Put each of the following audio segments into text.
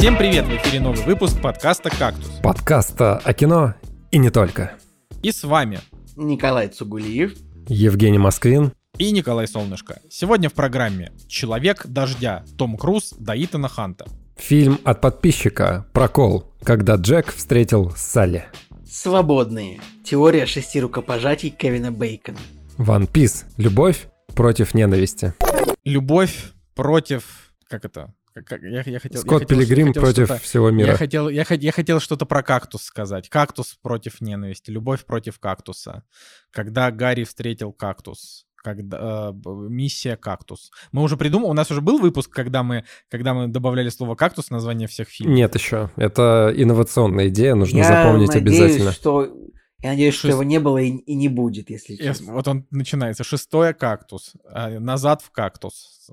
Всем привет! В эфире новый выпуск подкаста «Кактус». Подкаста о кино и не только. И с вами Николай Цугулиев, Евгений Москвин и Николай Солнышко. Сегодня в программе «Человек дождя. Том Круз до Итана Ханта». Фильм от подписчика «Прокол. Когда Джек встретил Салли». «Свободные. Теория 6 рукопожатий Кевина Бейкона». «Ван Пис. Любовь против ненависти». Любовь против... Как это? Скотт Пилигрим против всего мира. Я хотел что-то про кактус сказать. Кактус против ненависти. Любовь против кактуса. Когда Гарри встретил кактус. Миссия «Кактус». Мы уже придумали, у нас уже был выпуск, когда мы добавляли слово «кактус» в название всех фильмов. Нет еще. Это инновационная идея, нужно запомнить обязательно. Я надеюсь, что его не было и не будет, если честно. Вот он начинается. 6-е «Кактус». Назад в «Кактус».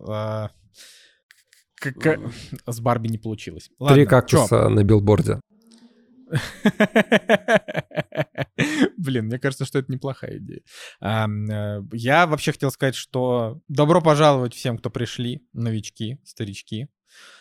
С Барби не получилось. Ладно, 3 кактуса на билборде. Блин, мне кажется, что это неплохая идея. Я вообще хотел сказать, что добро пожаловать всем, кто пришли, новички, старички.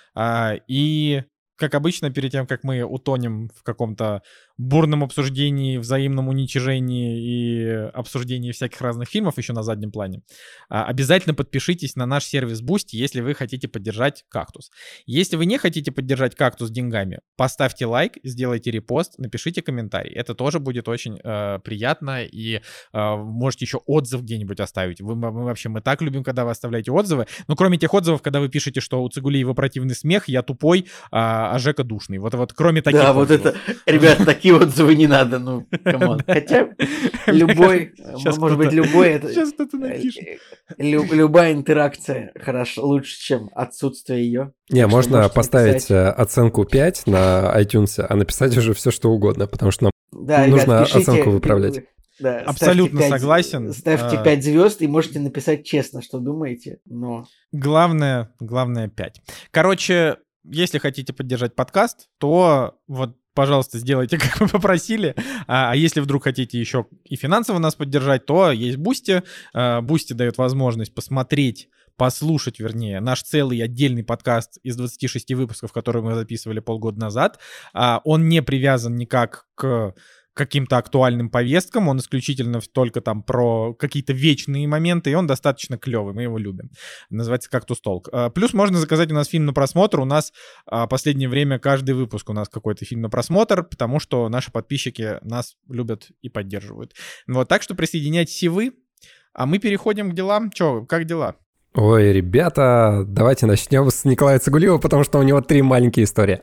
И, как обычно, перед тем, как мы утонем в каком-то бурном обсуждении, взаимном уничижении и обсуждении всяких разных фильмов еще на заднем плане, обязательно подпишитесь на наш сервис Boosty, если вы хотите поддержать «Кактус». Если вы не хотите поддержать «Кактус» деньгами, поставьте лайк, сделайте репост, напишите комментарий. Это тоже будет очень приятно, и можете еще отзыв где-нибудь оставить. Мы так любим, когда вы оставляете отзывы, но кроме тех отзывов, когда вы пишете, что у Цугулиева противный смех, я тупой, а Жека душный. Вот кроме таких отзывов. Да, вот это, ребят, такие отзывы не надо, ну, камон. Хотя любой, может быть, любой, это сейчас кто-то напишет. Любая интеракция хорошо, лучше, чем отсутствие ее. Не, можно поставить оценку 5 на iTunes, а написать уже все, что угодно, потому что нам нужно оценку выправлять. Да, абсолютно согласен. Ставьте 5 звезд и можете написать честно, что думаете, но... Главное 5. Короче, если хотите поддержать подкаст, то вот, пожалуйста, сделайте, как мы попросили. А если вдруг хотите еще и финансово нас поддержать, то есть Boosty. Boosty дает возможность послушать, наш целый отдельный подкаст из 26 выпусков, которые мы записывали полгода назад. Он не привязан никак к каким-то актуальным повесткам, он исключительно только там про какие-то вечные моменты, и он достаточно клевый, мы его любим. Называется «Кактус Толк». Плюс можно заказать у нас фильм на просмотр, у нас в последнее время каждый выпуск у нас какой-то фильм на просмотр, потому что наши подписчики нас любят и поддерживают. Вот, так что присоединяйтесь и вы, а мы переходим к делам. Чё, как дела? Ой, ребята, давайте начнем с Николая Цугулиева, потому что у него 3 маленькие истории,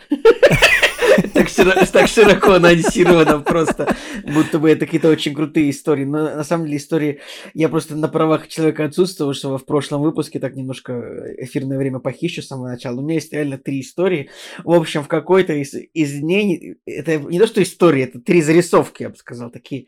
Так широко анонсировано просто, будто бы это какие-то очень крутые истории. Но на самом деле истории... Я просто на правах человека отсутствовал, что в прошлом выпуске так немножко эфирное время похищу с самого начала. У меня есть реально 3 истории. В общем, в какой-то из дней... Это не то, что истории, это 3 зарисовки, я бы сказал, такие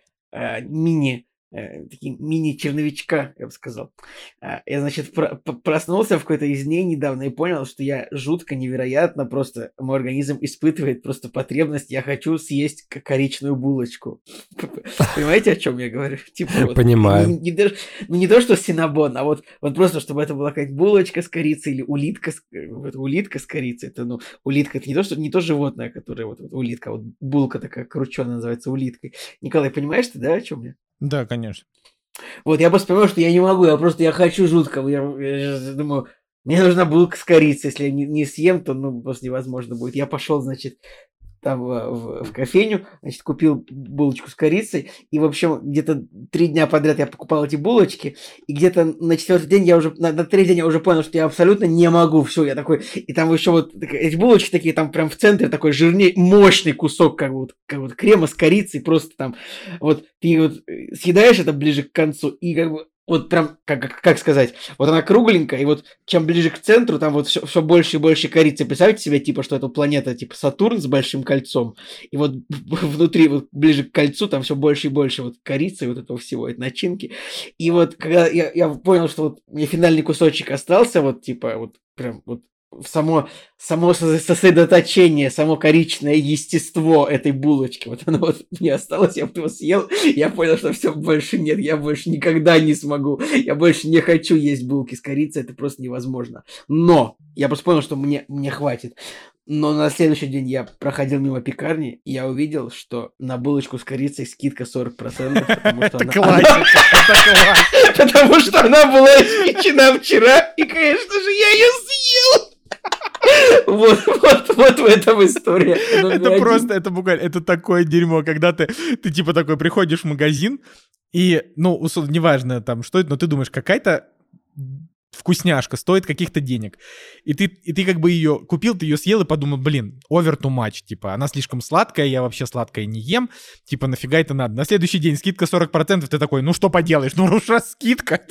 такие мини-черновичка, я бы сказал. Я, значит, проснулся в какой-то из дней недавно и понял, что я жутко, невероятно просто... Мой организм испытывает просто потребность. Я хочу съесть коричную булочку. Понимаете, о чем я говорю? Понимаю. Не то, что синнабон, а вот просто, чтобы это была какая-то булочка с корицей или улитка с корицей. Это, улитка, это не то животное, которое вот улитка, вот булка такая крученая называется улиткой. Николай, понимаешь ты, да, о чем я? Да, конечно. Вот, я просто понимаю, что я не могу, я хочу жутко. Я думаю, мне нужна булка с корицей. Если я не съем, то, просто невозможно будет. Я пошел, значит, там в кофейню, значит, купил булочку с корицей, и, в общем, где-то 3 дня подряд я покупал эти булочки, и где-то на 4-й день на 3-й день я уже понял, что я абсолютно не могу, все, я такой, и там еще вот эти булочки такие, там прям в центре такой жирней, мощный кусок, как вот крема с корицей, просто там, вот, ты вот съедаешь это ближе к концу, и как бы вот прям, как сказать, вот она кругленькая, и вот чем ближе к центру, там вот все больше и больше корицы. Представьте себе, типа, что это планета, типа, Сатурн с большим кольцом, и вот внутри, вот ближе к кольцу, там все больше и больше вот корицы, вот этого всего, этой начинки. И вот, когда я понял, что вот мне финальный кусочек остался, вот, типа, вот прям вот само сосредоточение, само коричное естество этой булочки, вот оно вот не осталось, я его съел, я понял, что все, больше нет, я больше никогда не смогу, я больше не хочу есть булки с корицей, это просто невозможно. Но я просто понял, что мне хватит. Но на следующий день я проходил мимо пекарни, и я увидел, что на булочку с корицей скидка 40%, потому что это классика. Потому что она была испечена вчера, и, конечно же, я ее съел. Вот в этом история. Это просто, это буквально, это такое дерьмо, когда ты типа такой приходишь в магазин, и, ну, неважно там что это, но ты думаешь, какая-то вкусняшка стоит каких-то денег. И ты как бы ее купил, ты ее съел и подумал, блин, over too much, типа, она слишком сладкая, я вообще сладкое не ем, типа, нафига это надо? На следующий день скидка 40%, ты такой, ну что поделаешь, ну уж раз скидка.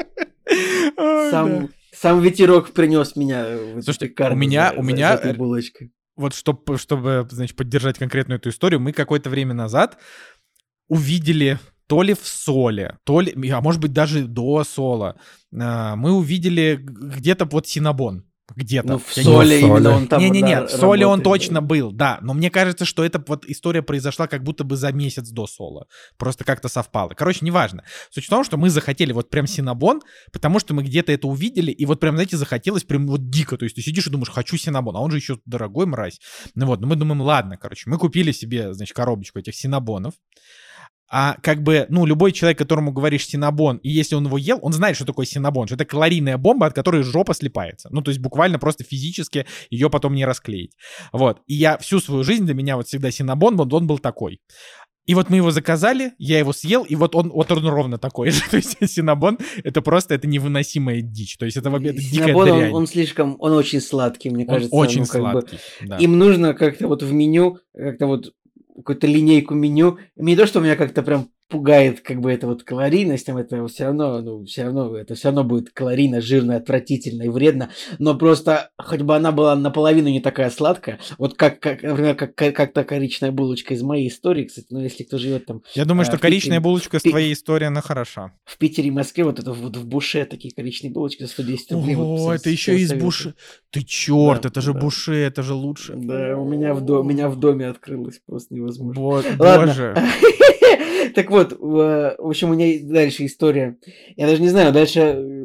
Сам ветерок принес меня в эту пекарню. У меня этой булочкой. Вот чтобы, значит, поддержать конкретную эту историю, мы какое-то время назад увидели то ли в Соле, то ли, а может быть даже до Сола, мы увидели где-то вот Синабон. Где-то. Ну, в Соле именно он там. Не-не-не, в Соле он точно был, да. Но мне кажется, что эта вот история произошла как будто бы за месяц до Сола. Просто как-то совпало. Короче, неважно. Суть в том, что мы захотели вот прям Синабон, потому что мы где-то это увидели, и вот прям, знаете, захотелось прям вот дико. То есть ты сидишь и думаешь, хочу Синабон, а он же еще дорогой, мразь. Ну вот, но мы думаем, ладно, короче, мы купили себе, значит, коробочку этих Синабонов. А как бы, ну, любой человек, которому говоришь Синабон, и если он его ел, он знает, что такое Синабон, что это калорийная бомба, от которой жопа слипается. Ну, то есть буквально просто физически ее потом не расклеить. Вот. И я всю свою жизнь, для меня вот всегда Синабон, вот он был такой. И вот мы его заказали, я его съел, и вот он ровно такой же. То есть Синабон — это просто, это невыносимая дичь. То есть это дикая дрянь. Он очень сладкий, мне кажется. Очень сладкий, да. Им нужно как-то вот в меню, как-то вот какую-то линейку меню. Не то, что меня как-то прям пугает, как бы, эта вот калорийность, там это все равно будет калорийно, жирно, отвратительно и вредно, но просто хоть бы она была наполовину не такая сладкая, вот например, как та коричная булочка из моей истории, кстати, ну, если кто живет там... Я думаю, что коричная булочка с твоей истории, она хороша. В Питере и Москве вот это вот в Буше такие коричные булочки за 110 рублей. О, это еще из Буше. Ты черт, да, это же Буше, это же лучше. Да, у меня в доме открылось, просто невозможно. Ладно. Боже. Так вот, в общем, у меня дальше история. Я даже не знаю, дальше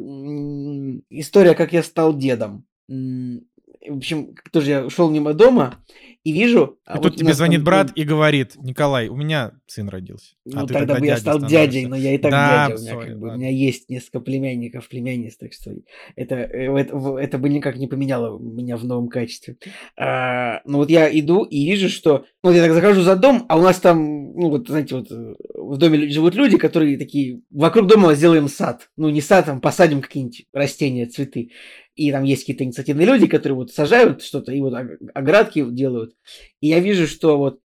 история, как я стал дедом. В общем, тоже я шел мимо дома и вижу... И тут тебе звонит брат и говорит: Николай, у меня сын родился. Ну, тогда бы я стал дядей, но я и так дядя. У меня есть несколько племянников, племянниц, так что это бы никак не поменяло меня в новом качестве. Ну вот я иду и вижу, что... Ну, я так захожу за дом, а у нас там, ну вот, знаете, вот в доме живут люди, которые такие... Вокруг дома сделаем сад. Ну, не сад, там посадим какие-нибудь растения, цветы. И там есть какие-то инициативные люди, которые вот сажают что-то и вот оградки делают. И я вижу, что вот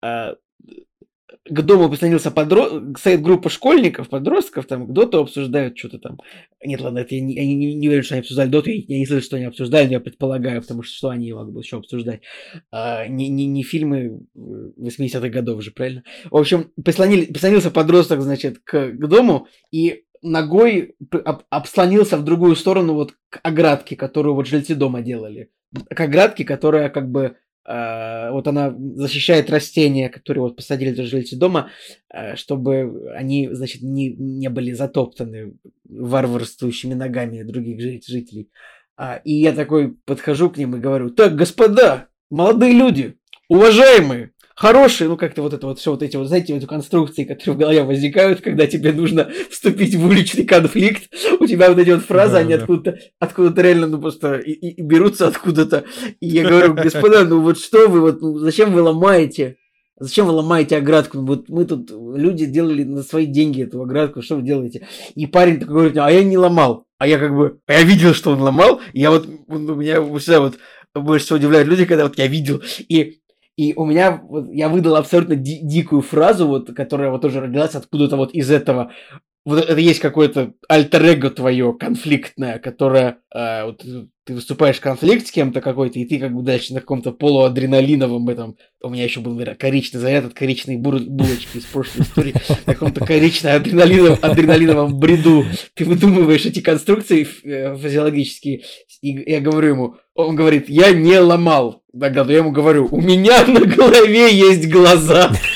к дому присоединился стоит группа школьников, подростков, там доту обсуждают что-то там. Нет, ладно, это я не уверен, что они обсуждали доту, я не слышу, что они обсуждают, но я предполагаю, потому что они могут еще обсуждать. Не фильмы 80-х годов же, правильно? В общем, прислонился подросток, значит, к дому и ногой обслонился в другую сторону вот к оградке, которую вот жильцы дома делали. К оградке, которая как бы вот она защищает растения, которые вот посадили жильцы дома, чтобы они, значит, не были затоптаны варварствующими ногами других жителей. И я такой подхожу к ним и говорю: так, господа, молодые люди, уважаемые, хорошие, ну как-то вот это вот все, вот эти вот, знаете, вот конструкции, которые в голове возникают, когда тебе нужно вступить в уличный конфликт, у тебя вот эти вот фразы, они откуда-то реально, ну просто и берутся откуда-то. И я говорю: господа, ну вот что вы, вот, ну, зачем вы ломаете оградку? Вот мы тут, люди делали на свои деньги эту оградку, что вы делаете? И парень такой говорит: а я не ломал. А я как бы, я видел, что он ломал, и я вот, у меня всегда вот больше всего удивляют люди, когда вот я видел, и у меня, вот, я выдал абсолютно дикую фразу, вот, которая вот тоже родилась откуда-то вот из этого. Вот это есть какое-то альтер-эго твое конфликтное, которое вот, ты выступаешь в конфликт с кем-то какой-то, и ты как бы дальше на каком-то полуадреналиновом этом... У меня еще был коричный заряд от коричной булочки из прошлой истории. На каком-то адреналиновом бреду ты выдумываешь эти конструкции физиологические. И я говорю ему, он говорит: я не ломал. Тогда я ему говорю: у меня на голове есть глаза.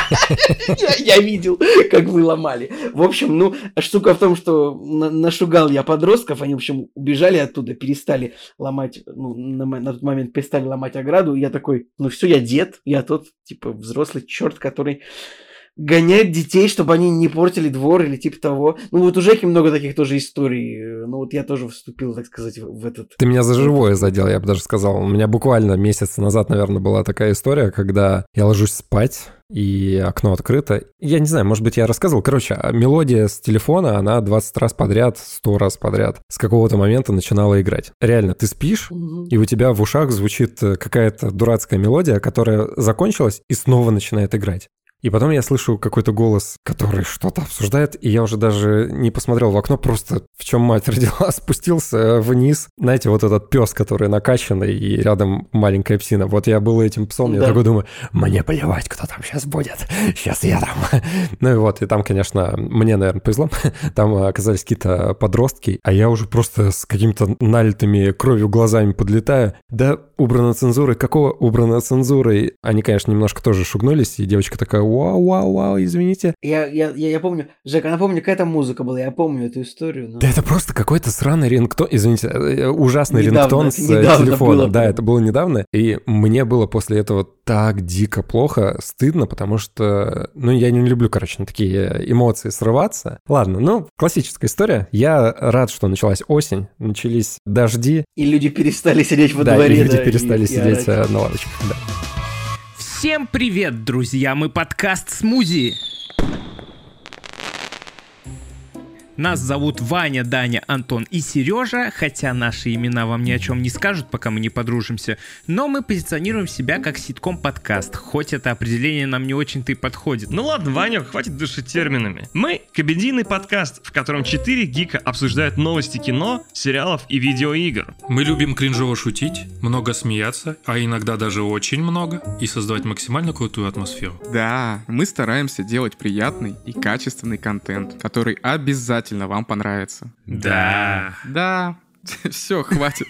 Я видел, как вы ломали. В общем, ну, штука в том, что нашугал я подростков, они, в общем, убежали оттуда, перестали ломать, ну, на тот момент перестали ломать ограду, и я такой, ну все, я дед, я тот, типа, взрослый черт, который гоняет детей, чтобы они не портили двор или типа того. Ну вот у Жеки много таких тоже историй. Ну вот я тоже вступил, так сказать, в этот... Ты меня за живое задел, я бы даже сказал. У меня буквально месяц назад, наверное, была такая история, когда я ложусь спать, и окно открыто. Я не знаю, может быть, я рассказывал. Короче, мелодия с телефона, она 20 раз подряд, 100 раз подряд с какого-то момента начинала играть. Реально, ты спишь, и у тебя в ушах звучит какая-то дурацкая мелодия, которая закончилась и снова начинает играть. И потом я слышу какой-то голос, который что-то обсуждает, и я уже даже не посмотрел в окно, просто в чем мать родила, спустился вниз. Знаете, вот этот пес, который накачанный, и рядом маленькая псина. Вот я был этим псом, я такой думаю, мне плевать, кто там сейчас будет, сейчас я там. Ну и вот, и там, конечно, мне, наверное, повезло, там оказались какие-то подростки, а я уже просто с какими-то налитыми кровью глазами подлетаю. Да, убрано цензурой. Какого убрано цензурой? Они, конечно, немножко тоже шугнулись, и девочка такая, вау, извините. Я помню, Жека, напомню, какая там музыка была, я помню эту историю. Но... Да это просто какой-то сраный рингтон, извините, ужасный рингтон с телефона. Да, это было недавно, и мне было после этого так дико плохо, стыдно, потому что, ну, я не люблю, короче, на такие эмоции срываться. Ладно, ну, классическая история. Я рад, что началась осень, начались дожди. И люди перестали сидеть во дворе. Да, и люди перестали сидеть на лавочках, да. Всем привет, друзья! Мы подкаст «Смузи». Нас зовут Ваня, Даня, Антон и Сережа, хотя наши имена вам ни о чем не скажут, пока мы не подружимся, но мы позиционируем себя как ситком-подкаст, хоть это определение нам не очень-то и подходит. Ну ладно, Ваня, хватит дышать терминами. Мы — комедийный подкаст, в котором 4 гика обсуждают новости кино, сериалов и видеоигр. Мы любим кринжово шутить, много смеяться, а иногда даже очень много, и создавать максимально крутую атмосферу. Да, мы стараемся делать приятный и качественный контент, который обязательно вам понравится. Да. Все, хватит.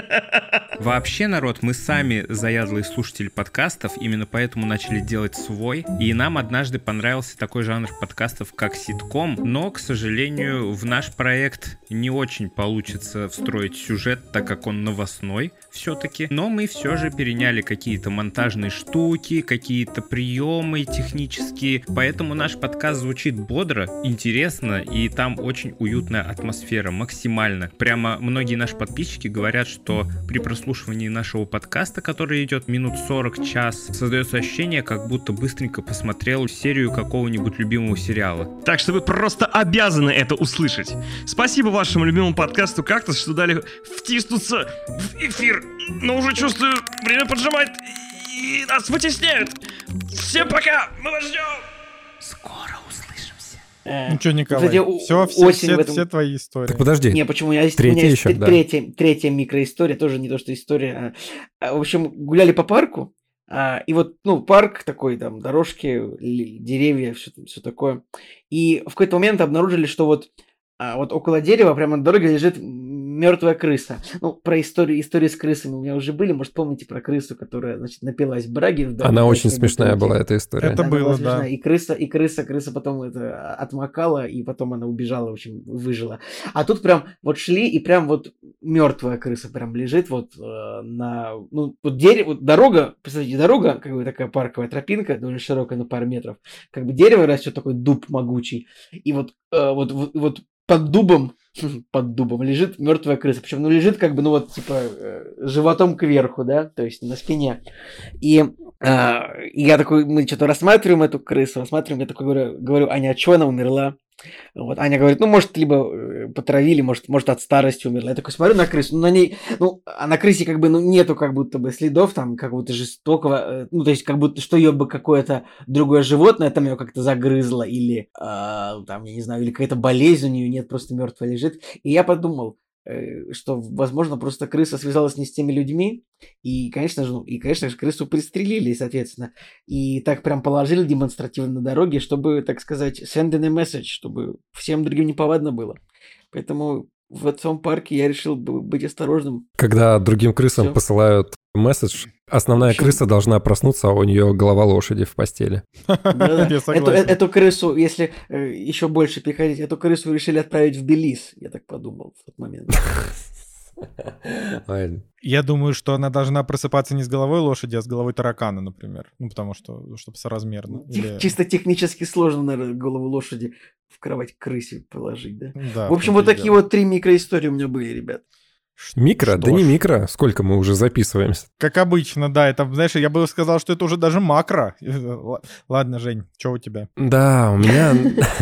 Вообще, народ, мы сами заядлые слушатели подкастов, именно поэтому начали делать свой. И нам однажды понравился такой жанр подкастов, как ситком, но, к сожалению, в наш проект не очень получится встроить сюжет, так как он новостной все-таки. Но мы все же переняли какие-то монтажные штуки, какие-то приемы технические. Поэтому наш подкаст звучит бодро, интересно, и там очень уютная атмосфера, максимально. Прямо многие наши подписчики говорят, что при прослушивании нашего подкаста, который идет минут 40, час, создается ощущение, как будто быстренько посмотрел серию какого-нибудь любимого сериала. Так что вы просто обязаны это услышать. Спасибо вашему любимому подкасту «Кактус», что дали втиснуться в эфир. Но уже чувствую, время поджимает и нас вытесняют. Всем пока, мы вас ждем. Скоро услышимся. Ну что, Николай, все твои истории. Так подожди. Не, почему? У меня есть третья микроистория, тоже не то, что история. В общем, гуляли по парку, и вот, ну, парк такой, там, дорожки, деревья, все такое. И в какой-то момент обнаружили, что вот около дерева, прямо на дороге, лежит мертвая крыса. Ну, про истории с крысами у меня уже были. Может, помните про крысу, которая, значит, напилась браги. Она очень смешная была, эта история. Это было, да. И крыса потом это отмокала, и потом она убежала, в общем, выжила. А тут прям вот шли, и прям вот мертвая крыса прям лежит вот на... Ну, вот дерево, вот дорога, представьте, дорога, как бы такая парковая тропинка, довольно широкая, на пару метров. Как бы дерево растет, такой дуб могучий. И вот под дубом лежит мертвая крыса. Причем, ну, лежит как бы, ну, вот, типа, животом кверху, да, то есть на спине. И я такой, мы что-то рассматриваем эту крысу, я такой говорю, Аня, а чего она умерла? Вот, Аня говорит, ну, может, либо потравили, может, от старости умерла. Я такой смотрю на крысу, ну, на ней, ну, а на крысе как бы, ну, нету как будто бы следов там какого-то жестокого, ну, то есть как будто, что ее бы какое-то другое животное там ее как-то загрызло, или, там, я не знаю, или какая-то болезнь у нее нет, просто мертвая лежит. И я подумал, что, возможно, просто крыса связалась не с теми людьми, и, конечно же, крысу пристрелили, соответственно, и так прям положили демонстративно на дороге, чтобы, так сказать, send in a message, чтобы всем другим неповадно было. Поэтому в этом парке я решил быть осторожным. Когда другим крысам Всё. посылают месседж, основная крыса должна проснуться, а у нее голова лошади в постели. Да-да. Я согласен. Эту крысу, если еще больше переходить, эту крысу решили отправить в Белиз, я так подумал в тот момент. Ладно. Я думаю, что она должна просыпаться не с головой лошади, а с головой таракана, например. Ну, потому что, чтобы соразмерно. Или- Чисто технически сложно, наверное, голову лошади в кровать к крысе положить, да? Да, В общем, том-то вот и такие дело. вот 3 микроистории у меня были, ребят. Микро? Что Да не ж. микро. Сколько мы уже записываемся? Как обычно, да. Это, знаешь, я бы сказал, что это уже даже макро. Ладно, Жень, что у тебя? Да, у меня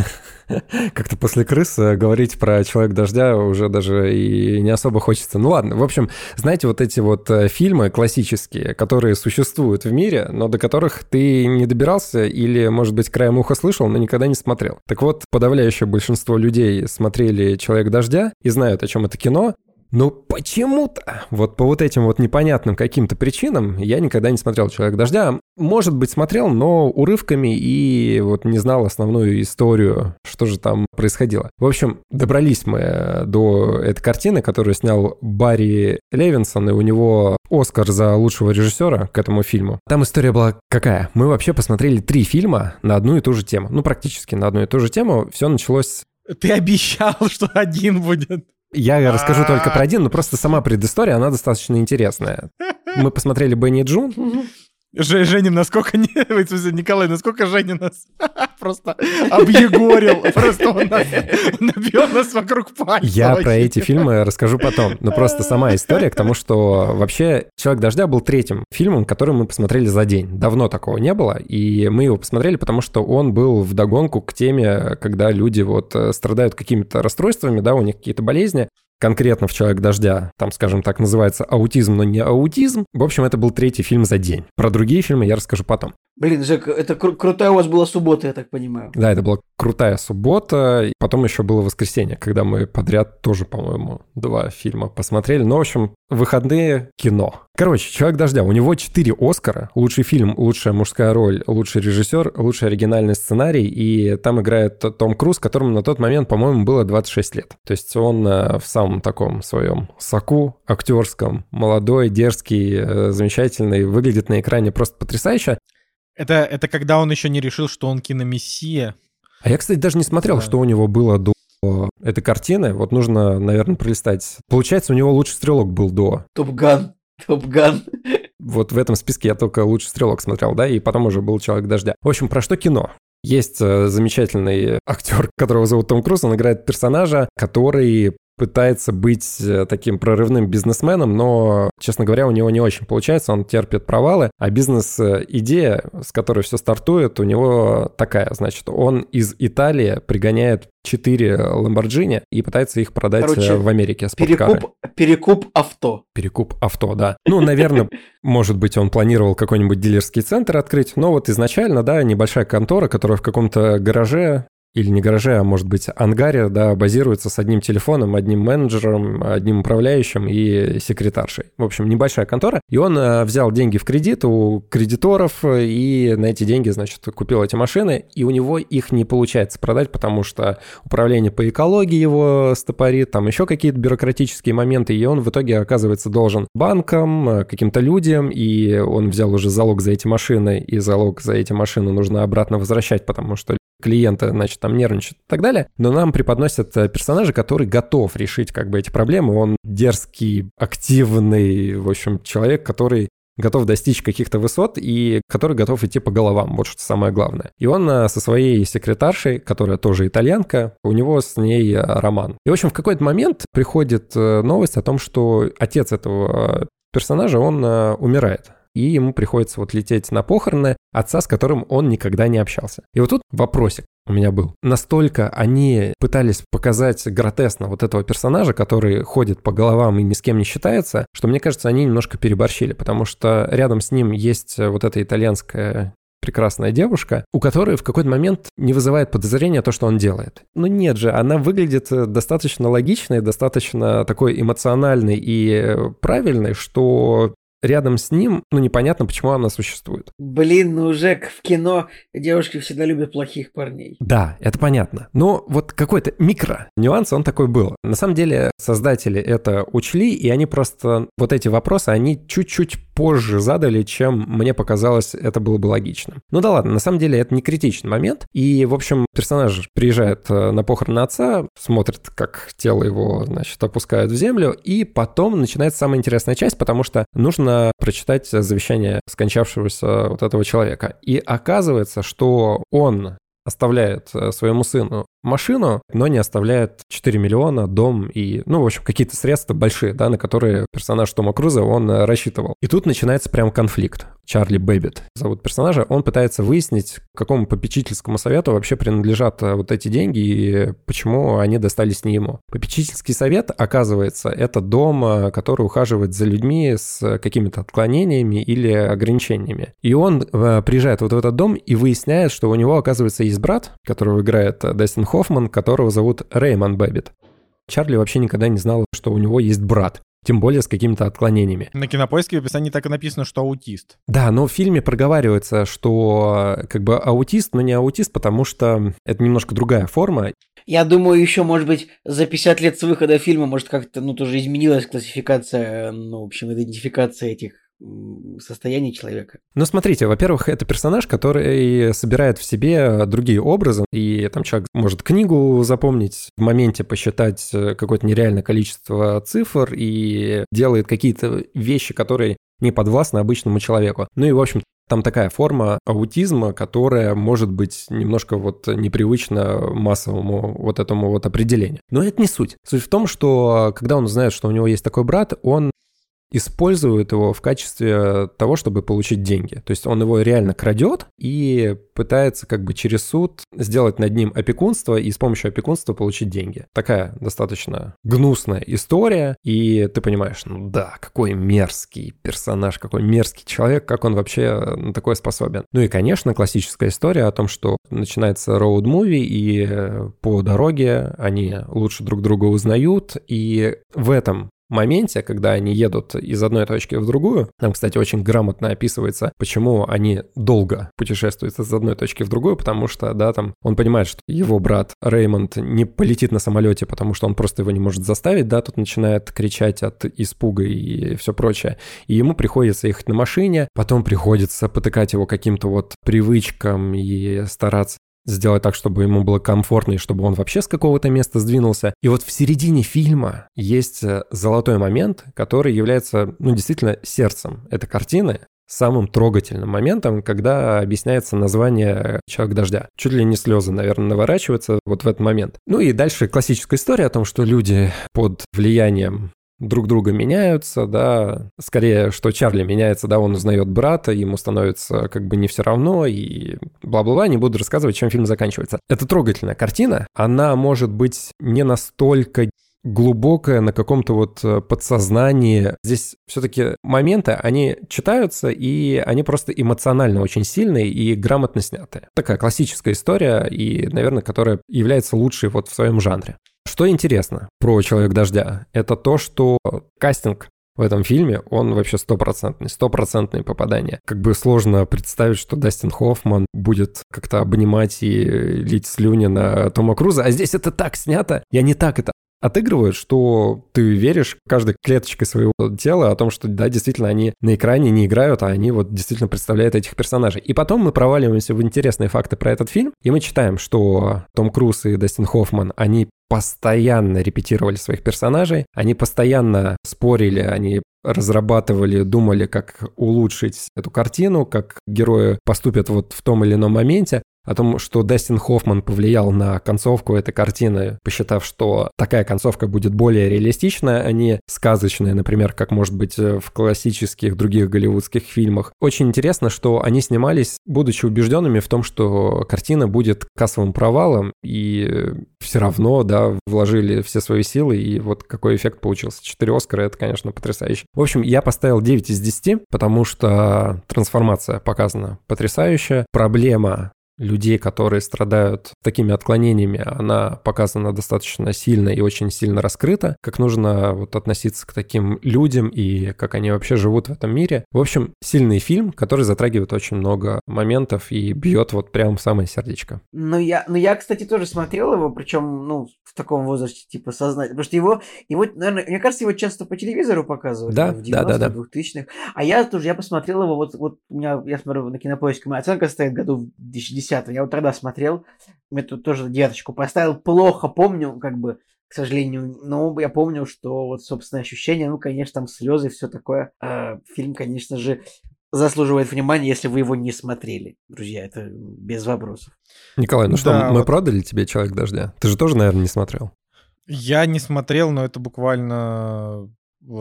как-то после крыс говорить про «Человек дождя» уже даже и не особо хочется. Ну ладно, в общем, знаете, вот эти вот фильмы классические, которые существуют в мире, но до которых ты не добирался или, может быть, краем уха слышал, но никогда не смотрел. Так вот, подавляющее большинство людей смотрели «Человек дождя» и знают, о чем это кино. Но почему-то, вот по вот этим вот непонятным каким-то причинам я никогда не смотрел «Человек дождя». Может быть, смотрел, но урывками и вот не знал основную историю, что же там происходило. В общем, добрались мы до этой картины, которую снял Барри Левинсон, и у него Оскар за лучшего режиссера к этому фильму. Там история была какая? Мы вообще посмотрели 3 фильма на одну и ту же тему. Ну, практически на одну и ту же тему. Все началось... Ты обещал, что один будет. Я расскажу только про один, но просто сама предыстория, она достаточно интересная. Мы посмотрели Бенни и Джун. Женя, насколько... В смысле, Николай, насколько Женя нас просто объегорил. Просто он набил нас вокруг пальца. Я вообще. про эти фильмы расскажу потом. Но просто сама история к тому, что вообще «Человек дождя» был 3-м фильмом, который мы посмотрели за день. Давно такого не было, и мы его посмотрели, потому что он был вдогонку к теме, когда люди вот страдают какими-то расстройствами, да, у них какие-то болезни. Конкретно в «Человек дождя», там, скажем так, называется аутизм, но не аутизм. В общем, это был 3-й фильм за день. Про другие фильмы я расскажу потом. Блин, Жек, это крутая у вас была суббота, я так понимаю. Да, это была крутая суббота. И потом еще было воскресенье, когда мы подряд тоже, по-моему, 2 фильма посмотрели. Ну, в общем, выходные кино. Короче, «Человек дождя». У него 4 Оскара. Лучший фильм, лучшая мужская роль, лучший режиссер, лучший оригинальный сценарий. И там играет Том Круз, которому на тот момент, по-моему, было 26 лет. То есть он в самом таком своем соку актерском, молодой, дерзкий, замечательный, выглядит на экране просто потрясающе. Это когда он еще не решил, что он киномессия. А я, кстати, даже не смотрел, Да. что у него было до этой картины. Вот нужно, наверное, пролистать. Получается, у него «Лучший стрелок» был до. Топ-ган. Вот в этом списке я только «Лучший стрелок» смотрел, да, и потом уже был «Человек дождя». В общем, про что кино? Есть замечательный актер, которого зовут Том Круз, он играет персонажа, который пытается быть таким прорывным бизнесменом, но, честно говоря, у него не очень получается, он терпит провалы, а бизнес-идея, с которой все стартует, у него такая, значит, он из Италии пригоняет 4 Lamborghini и пытается их продать в Америке. Спорткары. Перекуп авто. Перекуп авто, да. Ну, наверное, может быть, он планировал какой-нибудь дилерский центр открыть, но вот изначально, да, небольшая контора, которая в каком-то гараже, или не гараже, а может быть ангаре, да, базируется с одним телефоном, одним менеджером, одним управляющим и секретаршей. В общем, небольшая контора. И он взял деньги в кредит у кредиторов и на эти деньги, значит, купил эти машины. И у него их не получается продать, потому что управление по экологии его стопорит, там еще какие-то бюрократические моменты. И он в итоге оказывается должен банкам, каким-то людям. И он взял уже залог за эти машины, и залог за эти машины нужно обратно возвращать, потому что клиенты, значит, там нервничают и так далее. Но нам преподносят персонажа, который готов решить как бы эти проблемы. Он дерзкий, активный, в общем, человек, который готов достичь каких-то высот и который готов идти по головам. Вот что самое главное. И он со своей секретаршей, которая тоже итальянка, у него с ней роман. И, в общем, в какой-то момент приходит новость о том, что отец этого персонажа, он умирает. И ему приходится вот лететь на похороны отца, с которым он никогда не общался. И вот тут вопросик у меня был. Настолько они пытались показать гротескно вот этого персонажа, который ходит по головам и ни с кем не считается, что, мне кажется, они немножко переборщили, потому что рядом с ним есть вот эта итальянская прекрасная девушка, у которой в какой-то момент не вызывает подозрения то, что он делает. Но нет же, она выглядит достаточно логичной, достаточно такой эмоциональной и правильной, что рядом с ним, непонятно, почему она существует. Блин, ну уже в кино девушки всегда любят плохих парней. Да, это понятно. Но вот какой-то микро-нюанс он такой был. На самом деле создатели это учли, и они просто вот эти вопросы, они чуть-чуть позже задали, чем мне показалось, это было бы логичным. Ну да ладно, на самом деле это не критичный момент. И, в общем, персонаж приезжает на похороны отца, смотрит, как тело его, значит, опускают в землю, и потом начинается самая интересная часть, потому что нужно прочитать завещание скончавшегося вот этого человека. И оказывается, что он оставляет своему сыну машину, но не оставляет 4 миллиона, дом и, в общем, какие-то средства большие, да, на которые персонаж Тома Круза, он рассчитывал. И тут начинается прям конфликт. Чарли Бэббит зовут персонажа. Он пытается выяснить, какому попечительскому совету вообще принадлежат вот эти деньги и почему они достались не ему. Попечительский совет, оказывается, это дом, который ухаживает за людьми с какими-то отклонениями или ограничениями. И он приезжает вот в этот дом и выясняет, что у него, оказывается, есть брат, которого играет Дастин Хоффман, которого зовут Рэймонд Бэббит. Чарли вообще никогда не знал, что у него есть брат. Тем более с какими-то отклонениями. На Кинопоиске в описании так и написано, что аутист. Да, но в фильме проговаривается, что как бы аутист, но не аутист, потому что это немножко другая форма. Я думаю, еще, может быть, за 50 лет с выхода фильма, может, как-то, тоже изменилась классификация, в общем, идентификация этих состояний человека. Ну, смотрите, во-первых, это персонаж, который собирает в себе другие образы, и там человек может книгу запомнить, в моменте посчитать какое-то нереальное количество цифр и делает какие-то вещи, которые не подвластны обычному человеку. Ну и, в общем, там такая форма аутизма, которая может быть немножко непривычна массовому этому определению. Но это не суть. Суть в том, что когда он знает, что у него есть такой брат, он использует его в качестве того, чтобы получить деньги. То есть он его реально крадет и пытается как бы через суд сделать над ним опекунство и с помощью опекунства получить деньги. Такая достаточно гнусная история, и ты понимаешь, какой мерзкий персонаж, какой мерзкий человек, как он вообще на такое способен. Ну и, конечно, классическая история о том, что начинается роуд-муви, и по дороге они лучше друг друга узнают, и в этом моменте, когда они едут из одной точки в другую, там, кстати, очень грамотно описывается, почему они долго путешествуют из одной точки в другую, потому что, да, там, он понимает, что его брат Рэймонд не полетит на самолете, потому что он просто его не может заставить, да, тут начинает кричать от испуга и все прочее, и ему приходится ехать на машине, потом приходится потыкать его каким-то привычкам и стараться сделать так, чтобы ему было комфортно, и чтобы он вообще с какого-то места сдвинулся. И в середине фильма есть золотой момент, который является, действительно сердцем этой картины, самым трогательным моментом, когда объясняется название «Человек дождя». Чуть ли не слезы, наверное, наворачиваются в этот момент. Ну и дальше классическая история о том, что люди под влиянием друг друга меняются, да, скорее, что Чарли меняется, да, он узнает брата, ему становится как бы не все равно, и бла-бла-бла, не буду рассказывать, чем фильм заканчивается. Это трогательная картина, она может быть не настолько глубокая на каком-то подсознании. Здесь все-таки моменты, они читаются, и они просто эмоционально очень сильные и грамотно сняты. Такая классическая история, и, наверное, которая является лучшей в своем жанре. Что интересно про «Человек дождя», это то, что кастинг в этом фильме, он вообще стопроцентное попадание. Как бы сложно представить, что Дастин Хоффман будет как-то обнимать и лить слюни на Тома Круза, а здесь это так снято, и они так это отыгрывают, что ты веришь каждой клеточкой своего тела о том, что, да, действительно, они на экране не играют, а они действительно представляют этих персонажей. И потом мы проваливаемся в интересные факты про этот фильм, и мы читаем, что Том Круз и Дастин Хоффман, они постоянно репетировали своих персонажей, они постоянно спорили, они разрабатывали, думали, как улучшить эту картину, как герои поступят в том или ином моменте. О том, что Дастин Хоффман повлиял на концовку этой картины, посчитав, что такая концовка будет более реалистичная, а не сказочная, например, как может быть в классических других голливудских фильмах. Очень интересно, что они снимались, будучи убежденными в том, что картина будет кассовым провалом, и все равно, да, вложили все свои силы, и какой эффект получился. 4 Оскара, это, конечно, потрясающе. В общем, я поставил 9 из 10, потому что трансформация показана потрясающая, проблема людей, которые страдают такими отклонениями, она показана достаточно сильно и очень сильно раскрыта, как нужно вот относиться к таким людям и как они вообще живут в этом мире. В общем, сильный фильм, который затрагивает очень много моментов и бьет вот прям в самое сердечко. Я, кстати, тоже смотрел его, причем, в таком возрасте, типа, сознательно. Потому что его, наверное, мне кажется, его часто по телевизору показывали. Да, в 90-х, 2000-х. А я посмотрел его, вот у меня, я смотрю на Кинопоиске, моя оценка стоит году в 2010. Я вот тогда смотрел, мне тут тоже 9 поставил. Плохо помню, как бы, к сожалению, но я помню, что вот, собственно, ощущения, конечно, там слезы, все такое. Фильм, конечно же, заслуживает внимания, если вы его не смотрели. Друзья, это без вопросов. Николай, мы продали тебе «Человек дождя»? Ты же тоже, наверное, не смотрел? Я не смотрел, но это буквально...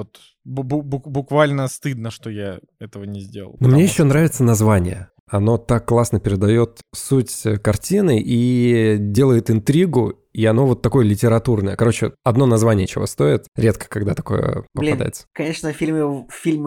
буквально стыдно, что я этого не сделал. Но мне еще нравится название. Оно так классно передает суть картины и делает интригу, и оно вот такое литературное. Короче, одно название чего стоит. Редко, когда такое попадается. Конечно, фильмы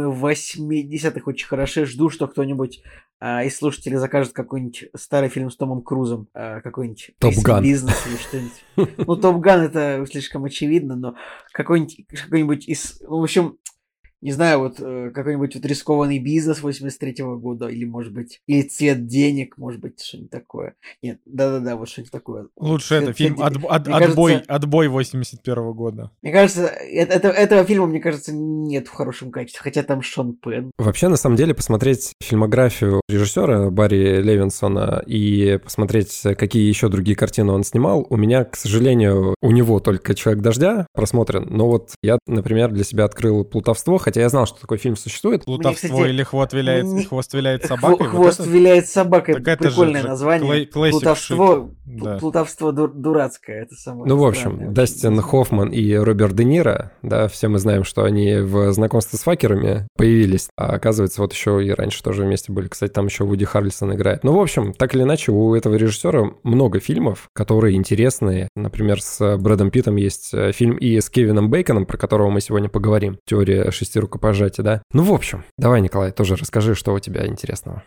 80-х очень хороши. Жду, что кто-нибудь из слушателей закажет какой-нибудь старый фильм с Томом Крузом. Какой-нибудь «Топ Ган». «Бизнес» или что-нибудь. «Топ Ган» это слишком очевидно, но какой-нибудь из... в общем... Не знаю, вот какой-нибудь вот «Рискованный бизнес» 83-го года, или, может быть, или «Цвет денег», может быть, что-нибудь такое. Нет, да-да-да, вот что-нибудь такое. Лучше это фильм «Отбой» 81-го года. Мне кажется, этого фильма, мне кажется, нет в хорошем качестве, хотя там Шон Пенн. Вообще, на самом деле, посмотреть фильмографию режиссера Барри Левинсона и посмотреть, какие еще другие картины он снимал, у меня, к сожалению, у него только «Человек дождя» просмотрен, но вот я, например, для себя открыл «Плутовство», хотя я знал, что такой фильм существует. «Плутовство» или «Хвост виляет собакой». «Хвост виляет собакой» — прикольное название. «Плутовство» дурацкое, это самое. Ну, в общем, Дастин Хоффман и Роберт Де Ниро, да, все мы знаем, что они в «Знакомстве с факерами» появились, а оказывается, вот еще и раньше тоже вместе были. Кстати, там еще Вуди Харрельсон играет. Ну, в общем, так или иначе, у этого режиссера много фильмов, которые интересные. Например, с Брэдом Питтом есть фильм и с Кевином Бейконом, про которого мы сегодня поговорим. «Теория 6 рукопожатий», да? Ну, в общем, давай, Николай, тоже расскажи, что у тебя интересного.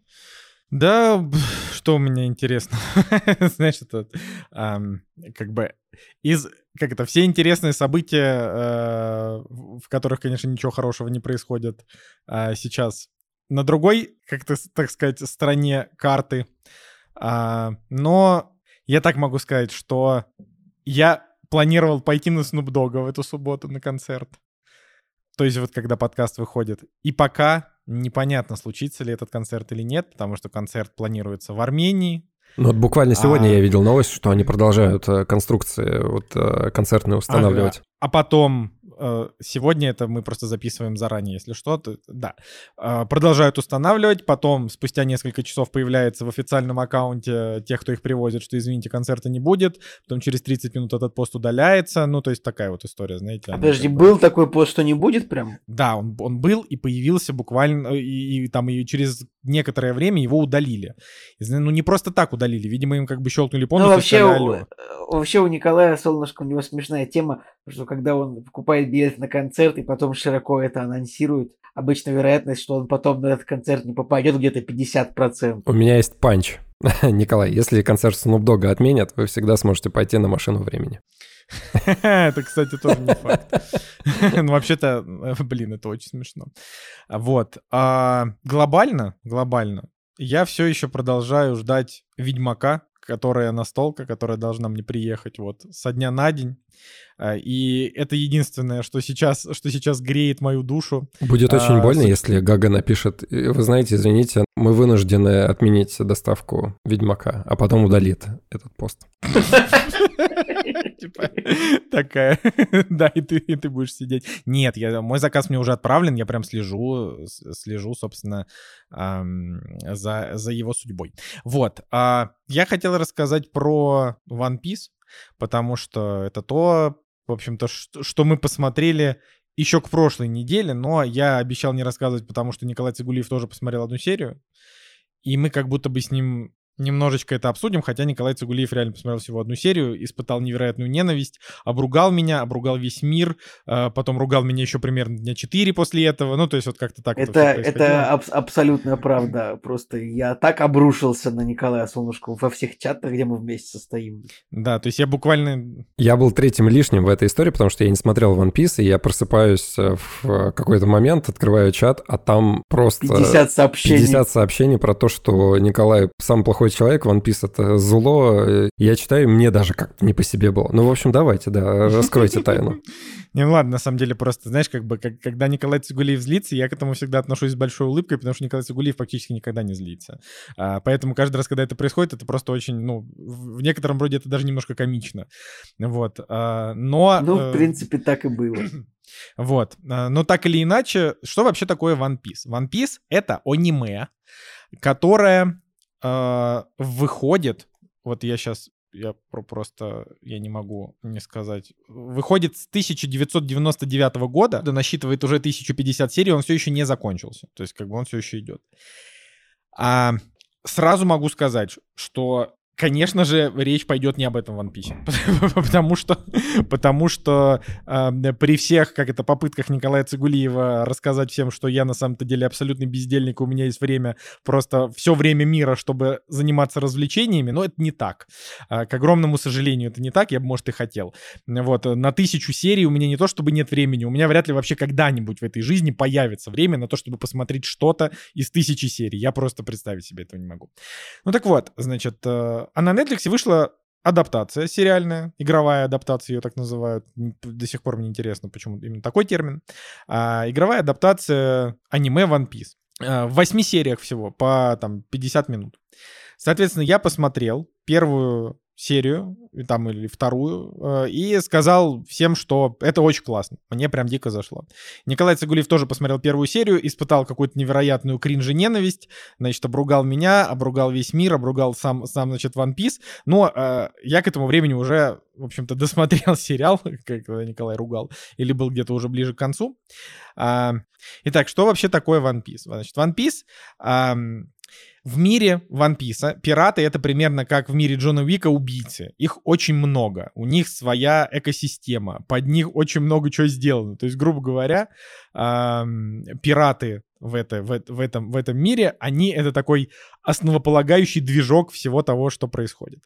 Да, что у меня интересно. Знаешь, это как бы все интересные события, в которых, конечно, ничего хорошего не происходит сейчас на другой, как-то, так сказать, стороне карты. Но я так могу сказать, что я планировал пойти на Snoop Dogg в эту субботу на концерт. То есть вот когда подкаст выходит. И пока непонятно, случится ли этот концерт или нет, потому что концерт планируется в Армении. Ну вот буквально сегодня я видел новость, что они продолжают конструкции концертные устанавливать. А потом... Сегодня это мы просто записываем заранее, если что, то да. Продолжают устанавливать, потом спустя несколько часов появляется в официальном аккаунте тех, кто их привозит, что, извините, концерта не будет, потом через 30 минут этот пост удаляется, ну, то есть такая вот история, знаете. Подожди, был такой пост, что не будет прям? Да, он был и появился буквально, и через некоторое время его удалили. Ну, не просто так удалили, видимо, им как бы щелкнули по носу и сказали: вообще у Николая Солнышко, у него смешная тема, что когда он покупает билет на концерт и потом широко это анонсирует, обычно вероятность, что он потом на этот концерт не попадет, где-то 50%. У меня есть панч. Николай, если концерт Snoop Dogg отменят, вы всегда сможете пойти на «Машину времени». Это, кстати, тоже не факт. Ну, вообще-то, это очень смешно. Вот. Глобально, я все еще продолжаю ждать «Ведьмака», которая настолка, которая должна мне приехать вот со дня на день. И это единственное, что сейчас греет мою душу. Будет очень больно, если Гага напишет: вы знаете, извините, мы вынуждены отменить доставку «Ведьмака», а потом удалит этот пост. Такая, да, и ты будешь сидеть. Нет, мой заказ мне уже отправлен, я прям слежу, собственно, за его судьбой. Вот, я хотел рассказать про One Piece, потому что это то, в общем-то, что мы посмотрели еще к прошлой неделе, но я обещал не рассказывать, потому что Николай Цигулиев тоже посмотрел одну серию, и мы как будто бы с ним немножечко это обсудим, хотя Николай Цигулиев реально посмотрел всего одну серию, испытал невероятную ненависть, обругал меня, обругал весь мир, потом ругал меня еще примерно дня 4 после этого, ну, то есть вот как-то так это абсолютная правда, просто я так обрушился на Николая Солнышкова во всех чатах, где мы вместе состоим. Да, то есть я буквально... Я был третьим лишним в этой истории, потому что я не смотрел One Piece, и я просыпаюсь в какой-то момент, открываю чат, а там просто 50 сообщений. 50 сообщений про то, что Николай самый плохой человек, One Piece это зло. Я читаю, мне даже как-то не по себе было. Ну, в общем, давайте, да, раскройте тайну. Не, ну ладно, на самом деле просто, знаешь, как бы, когда Николай Цигулиев злится, я к этому всегда отношусь с большой улыбкой, потому что Николай Цигулиев практически никогда не злится. Поэтому каждый раз, когда это происходит, это просто очень, ну, в некотором роде это даже немножко комично. Вот. Но... Ну, в принципе, так и было. Вот. Но так или иначе, что вообще такое One Piece? One Piece — это аниме, которое выходит... Вот я сейчас... Я не могу не сказать. Выходит с 1999 года, насчитывает уже 1050 серий, он все еще не закончился. То есть как бы он все еще идет. Сразу могу сказать, что, конечно же, речь пойдет не об этом One Piece. Потому что при всех, попытках Николая Цигулиева рассказать всем, что я на самом-то деле абсолютный бездельник, у меня есть время, просто все время мира, чтобы заниматься развлечениями, но это не так. К огромному сожалению, это не так, я бы, может, и хотел. Вот, на 1000 серий у меня не то, чтобы нет времени, у меня вряд ли вообще когда-нибудь в этой жизни появится время на то, чтобы посмотреть что-то из 1000 серий. Я просто представить себе этого не могу. Ну так вот, значит... А на Netflix вышла адаптация сериальная, игровая адаптация, ее так называют. До сих пор мне интересно, почему именно такой термин. Игровая адаптация аниме One Piece. В 8 сериях всего, по 50 минут. Соответственно, я посмотрел первую серию, там, или вторую, и сказал всем, что это очень классно. Мне прям дико зашло. Николай Цигулиев тоже посмотрел первую серию, испытал какую-то невероятную кринж-ненависть, значит, обругал меня, обругал весь мир, обругал сам значит, One Piece. Но я к этому времени уже, в общем-то, досмотрел сериал, когда Николай ругал, или был где-то уже ближе к концу. Итак, что вообще такое One Piece? Значит, One Piece... В мире One Piece пираты — это примерно как в мире Джона Уика убийцы. Их очень много. У них своя экосистема. Под них очень много чего сделано. То есть, грубо говоря, пираты в этом мире, они — это такой основополагающий движок всего того, что происходит.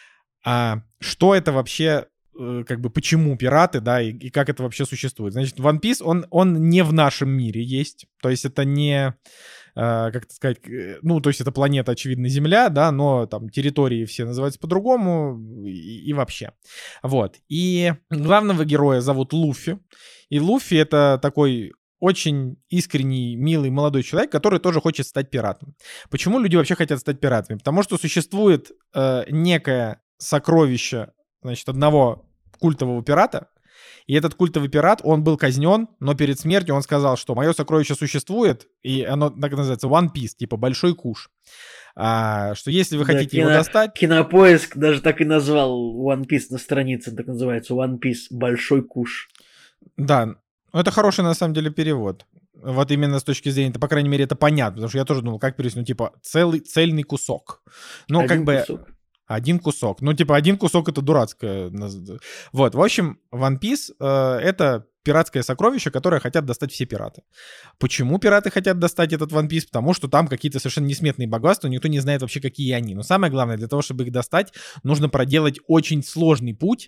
Что это вообще... почему пираты, да, и как это вообще существует. Значит, One Piece, он не в нашем мире есть. То есть это не... как это сказать, ну, то есть это планета, очевидно, Земля, да, но там территории все называются по-другому и вообще. Вот. И главного героя зовут Луффи. И Луффи — это такой очень искренний, милый молодой человек, который тоже хочет стать пиратом. Почему люди вообще хотят стать пиратами? Потому что существует некое сокровище, значит, одного культового пирата. И этот культовый пират, он был казнен, но перед смертью он сказал, что мое сокровище существует, и оно так называется One Piece, типа большой куш. Что если вы хотите его достать... Кинопоиск даже так и назвал One Piece на странице, так называется One Piece большой куш. Да, это хороший на самом деле перевод. Вот именно с точки зрения, по крайней мере, это понятно, потому что я тоже думал, как перевести, ну, типа, цельный кусок. Ну, как бы... Кусок. Один кусок. Ну, типа, один кусок — это дурацкое. Вот, в общем, One Piece это пиратское сокровище, которое хотят достать все пираты. Почему пираты хотят достать этот One Piece? Потому что там какие-то совершенно несметные богатства, никто не знает вообще, какие они. Но самое главное, для того, чтобы их достать, нужно проделать очень сложный путь.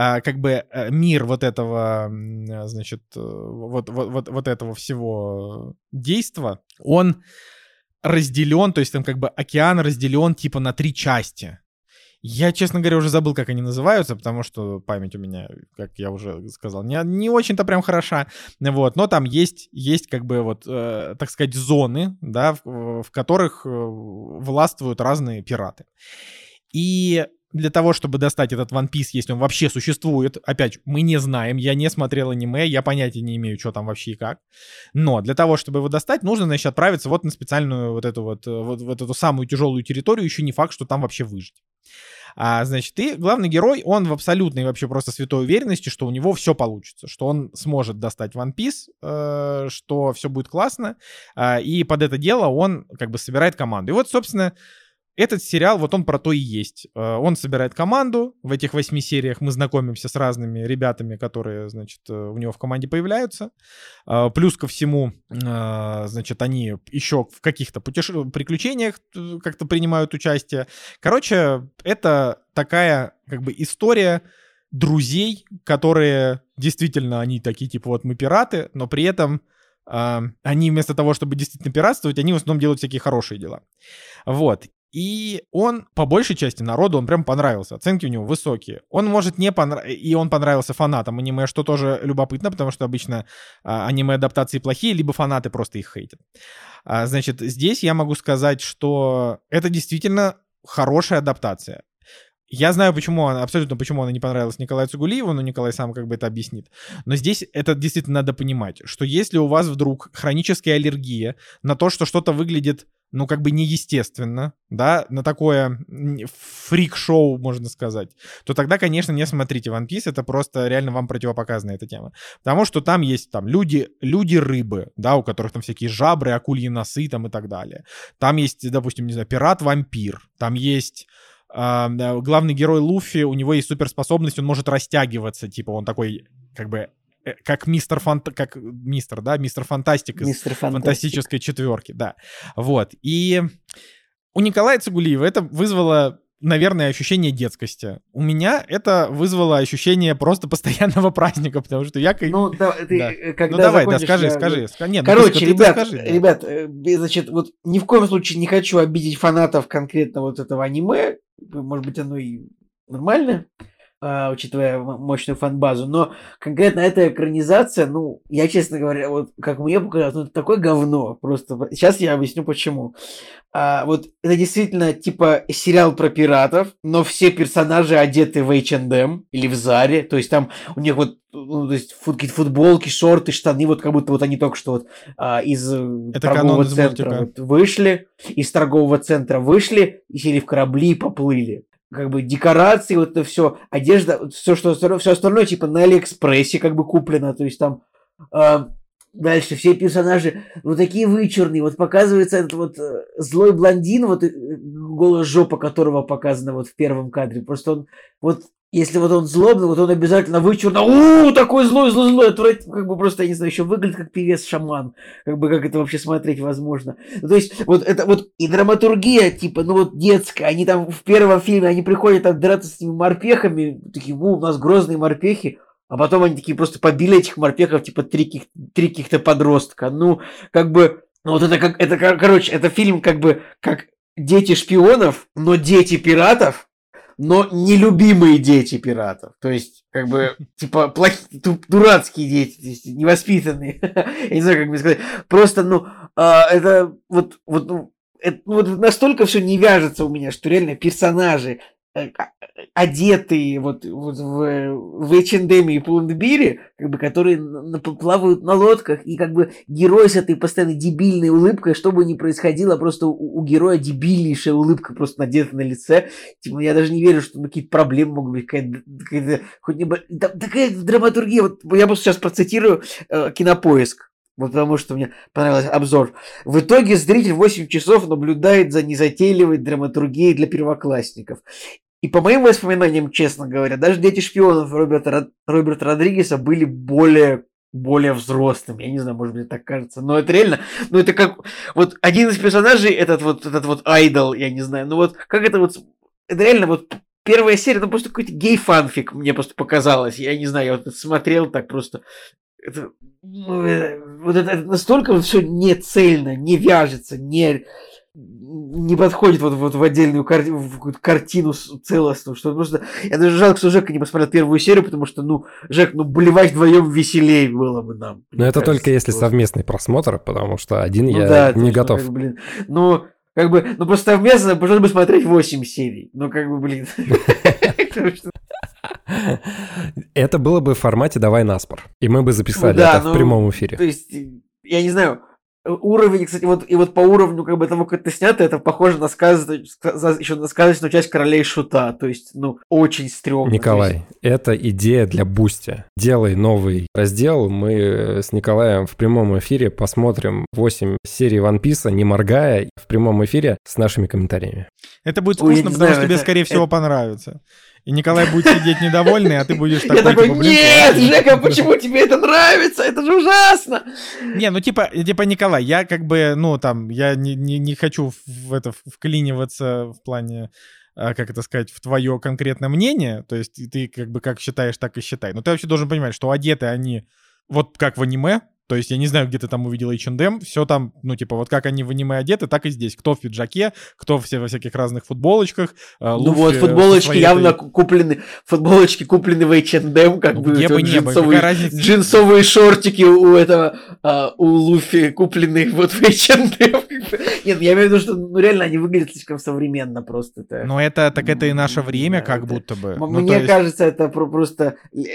Мир вот этого, значит, вот этого всего действа, он разделен, то есть там океан разделен типа на 3 части. Я, честно говоря, уже забыл, как они называются, потому что память у меня, как я уже сказал, не очень-то прям хороша. Вот. Но там есть так сказать, зоны, да, в которых властвуют разные пираты. И для того, чтобы достать этот One Piece, если он вообще существует, опять, мы не знаем, я не смотрел аниме, я понятия не имею, что там вообще и как. Но для того, чтобы его достать, нужно, значит, отправиться вот на специальную вот эту самую тяжелую территорию, еще не факт, что там вообще выжить. Значит, и главный герой, он в абсолютной вообще просто святой уверенности, что у него все получится, что он сможет достать One Piece, что все будет классно, и под это дело он собирает команду. И вот, собственно, этот сериал, вот он про то и есть. Он собирает команду, в этих 8 сериях мы знакомимся с разными ребятами, которые, значит, у него в команде появляются. Плюс ко всему, значит, они еще в каких-то приключениях как-то принимают участие. Короче, это такая, как бы, история друзей, которые действительно, они такие, типа, вот мы пираты, но при этом они вместо того, чтобы действительно пиратствовать, они в основном делают всякие хорошие дела. Вот. И он, по большей части народу, он прям понравился. Оценки у него высокие. Он может не понравиться, и он понравился фанатам аниме, что тоже любопытно, потому что обычно аниме-адаптации плохие, либо фанаты просто их хейтят. Значит, здесь я могу сказать, что это действительно хорошая адаптация. Я знаю, абсолютно почему она не понравилась Николаю Цугулиеву, но Николай сам как бы это объяснит. Но здесь это действительно надо понимать, что если у вас вдруг хроническая аллергия на то, что что-то выглядит, ну, как бы неестественно, да, на такое фрик-шоу, можно сказать, то тогда, конечно, не смотрите One Piece, это просто реально вам противопоказана эта тема. Потому что там есть там люди-рыбы, да, у которых там всякие жабры, акульи носы там и так далее. Там есть, допустим, не знаю, пират-вампир, там есть... главный герой Луффи, у него есть суперспособность, он может растягиваться, типа он такой, как бы, как мистер Фантастик из Фантастической четверки, да. Вот. И у Николая Цугулиева это вызвало, наверное, ощущение детскости. У меня это вызвало ощущение просто постоянного праздника, потому что я... Ну, когда давай, скажи. Нет, короче, ребят, значит, вот ни в коем случае не хочу обидеть фанатов конкретно вот этого аниме, может быть, оно и нормально, учитывая мощную фан-базу, но конкретно эта экранизация, ну, я, честно говоря, вот как мне показалось, ну, это такое говно, просто. Сейчас я объясню, почему. Вот это действительно типа сериал про пиратов, но все персонажи одеты в H&M или в Заре, то есть там у них вот, ну, то есть футболки, шорты, штаны, вот как будто вот они только что вот из торгового центра вот вышли, из торгового центра вышли и сели в корабли и поплыли. Как бы декорации, вот это все, одежда, все остальное типа на Алиэкспрессе как бы куплено, то есть там дальше все персонажи вот такие вычурные, вот показывается этот вот злой блондин, вот голая жопа которого показана вот в первом кадре, просто он вот если вот он злобный, вот он обязательно вычурно, такой злой, отвратительный, как бы просто, я не знаю, еще выглядит как певец-шаман, как бы как это вообще смотреть возможно. Ну, то есть вот это вот и драматургия, типа, ну вот детская, они там в первом фильме, они приходят там драться с этими морпехами, такие, у нас грозные морпехи, а потом они такие просто побили этих морпехов, типа, три каких-то подростка. Ну, как бы, ну вот короче, это фильм как бы как дети шпионов, но дети пиратов, но нелюбимые дети пиратов. То есть, как бы, типа, дурацкие дети, то есть, невоспитанные. Я не знаю, как мне сказать. Просто, это вот настолько все не вяжется у меня, что реально персонажи, одетые вот в H&M и Pull&Bear, как бы, которые плавают на лодках, и как бы герой с этой постоянно дебильной улыбкой, что бы ни происходило, просто у героя дебильнейшая улыбка просто надета на лице. Типа, я даже не верю, что какие-то проблемы могут быть, какая-то хоть не... такая драматургия. Вот я просто сейчас процитирую Кинопоиск. Вот потому что мне понравился обзор. В итоге зритель 8 часов наблюдает за незатейливой драматургией для первоклассников. И по моим воспоминаниям, честно говоря, даже дети шпионов Роберта Родригеса были более взрослыми. Я не знаю, может быть, так кажется. Но это реально... Ну, это как... Вот один из персонажей, этот вот айдол, я не знаю. Ну, вот как это вот... Это реально вот... Первая серия, ну, просто какой-то гей-фанфик мне просто показалось. Я не знаю, я вот смотрел так просто... Это настолько все не цельно, не вяжется, не подходит вот в отдельную картину целостную, что просто... Я даже жалко, что Жека не посмотрел первую серию, потому что, Жек, блевать вдвоем веселее было бы нам. Но это кажется, только если совместный просмотр, потому что один я не готов. Просто совместно пришлось бы смотреть 8 серий. Это было бы в формате «давай наспор», и мы бы записали это в прямом эфире. То есть, я не знаю, уровень, кстати, вот по уровню как бы того, как это снято, это похоже на сказочную часть Королей Шута. То есть, очень стрёмно. Николай, это идея для Бусти. Делай новый раздел. Мы с Николаем в прямом эфире посмотрим 8 серий One Piece, не моргая, в прямом эфире с нашими комментариями. Это будет скучно, потому что тебе, скорее всего, понравится. И Николай будет сидеть недовольный, а ты будешь такой, я такой, нет, Жека, почему тебе это нравится? Это же ужасно! Не, Николай, я как бы, я не хочу вклиниваться в плане, как это сказать, в твое конкретное мнение, то есть ты как бы как считаешь, так и считай. Но ты вообще должен понимать, что одеты они вот как в аниме. То есть я не знаю, где ты там увидел H&M, все там, вот как они в аниме одеты, так и здесь. Кто в пиджаке, кто все во всяких разных футболочках. Футболочки явно куплены в H&M, как бы. Где бы не было, джинсовые шортики у Луфи куплены вот в H&M. Нет, я имею в виду, что реально они выглядят слишком современно просто. Но это и наше время, как будто бы. Мне кажется, это просто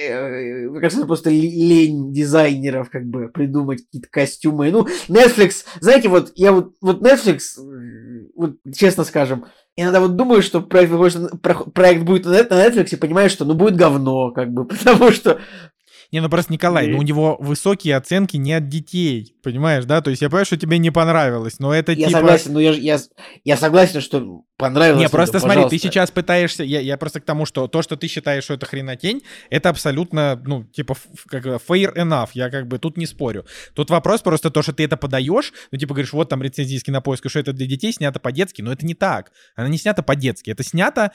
лень дизайнеров, как бы, придумать какие-то костюмы. Netflix, знаете, Netflix, честно скажем, иногда думаю, что проект будет на Netflix и понимаю, что будет говно, как бы, потому что... Просто, Николай, у него высокие оценки не от детей, понимаешь, да? То есть я понимаю, что тебе не понравилось, но это я согласен, я согласен, что понравилось. Не, просто смотри, ты сейчас пытаешься... Я просто к тому, что то, что ты считаешь, что это хренотень, это абсолютно, как fair enough, я как бы тут не спорю. Тут вопрос просто то, что ты это подаешь, говоришь, вот там рецензии с Кинопоиска, что это для детей, снято по-детски, но это не так. Она не снята по-детски, это снято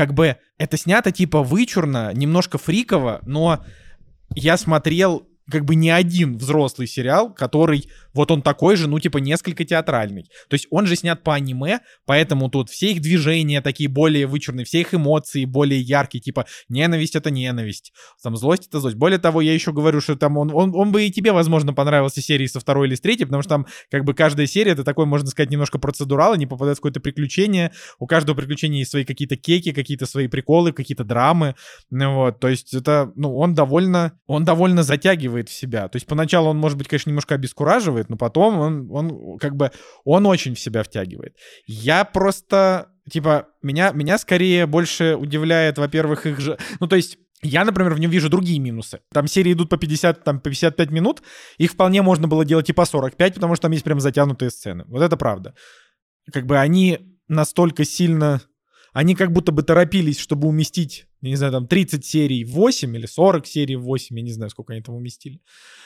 вычурно, немножко фриково, но... Я смотрел как бы не один взрослый сериал, который вот он такой же, несколько театральный. То есть он же снят по аниме, поэтому тут все их движения такие более вычурные, все их эмоции более яркие, ненависть — это ненависть, там злость — это злость. Более того, я еще говорю, что там он бы и тебе, возможно, понравился серии со 2 или с 3, потому что там как бы каждая серия — это такой, можно сказать, немножко процедурал, они попадают в какое-то приключение, у каждого приключения есть свои какие-то кейки, какие-то свои приколы, какие-то драмы, то есть это, он довольно затягивает в себя. То есть поначалу он, может быть, конечно, немножко обескураживает, но потом он очень в себя втягивает. Я просто, меня скорее больше удивляет, во-первых, их же... то есть я, например, в нем вижу другие минусы. Там серии идут по 50, по 55 минут, их вполне можно было делать и по 45, потому что там есть прям затянутые сцены. Вот это правда. Они настолько сильно... Они как будто бы торопились, чтобы уместить, я не знаю, там 30 серий в 8 или 40 серий в 8, я не знаю, сколько они там уместили.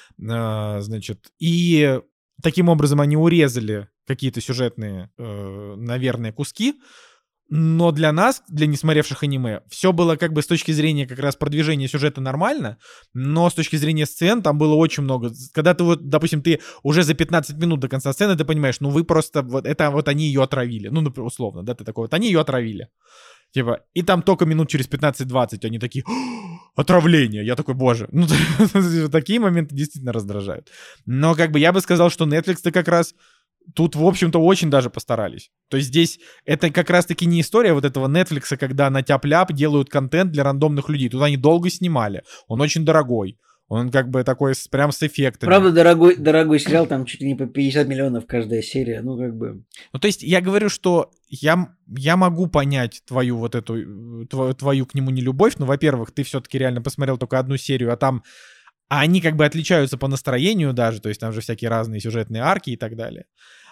И таким образом они урезали какие-то сюжетные, наверное, куски. Но для нас, для несмотревших аниме, все было как бы с точки зрения как раз продвижения сюжета нормально, но с точки зрения сцен там было очень много. Когда ты допустим, ты уже за 15 минут до конца сцены, ты понимаешь, вы просто, они ее отравили. Условно, да, ты такой, они ее отравили. И там только минут через 15-20 они такие, отравление. Я такой, боже. Такие моменты действительно раздражают. Но как бы я бы сказал, что Netflix-то как раз тут, в общем-то, очень даже постарались. То есть здесь это как раз-таки не история вот этого Netflix, когда на тяп-ляп делают контент для рандомных людей. Тут они долго снимали. Он очень дорогой. Он как бы такой прям с эффектами. Правда, дорогой сериал, там чуть ли не по 50 миллионов каждая серия, то есть я говорю, что я могу понять твою вот эту, твою к нему нелюбовь, но, во-первых, ты все-таки реально посмотрел только одну серию, а они как бы отличаются по настроению даже, то есть там же всякие разные сюжетные арки и так далее.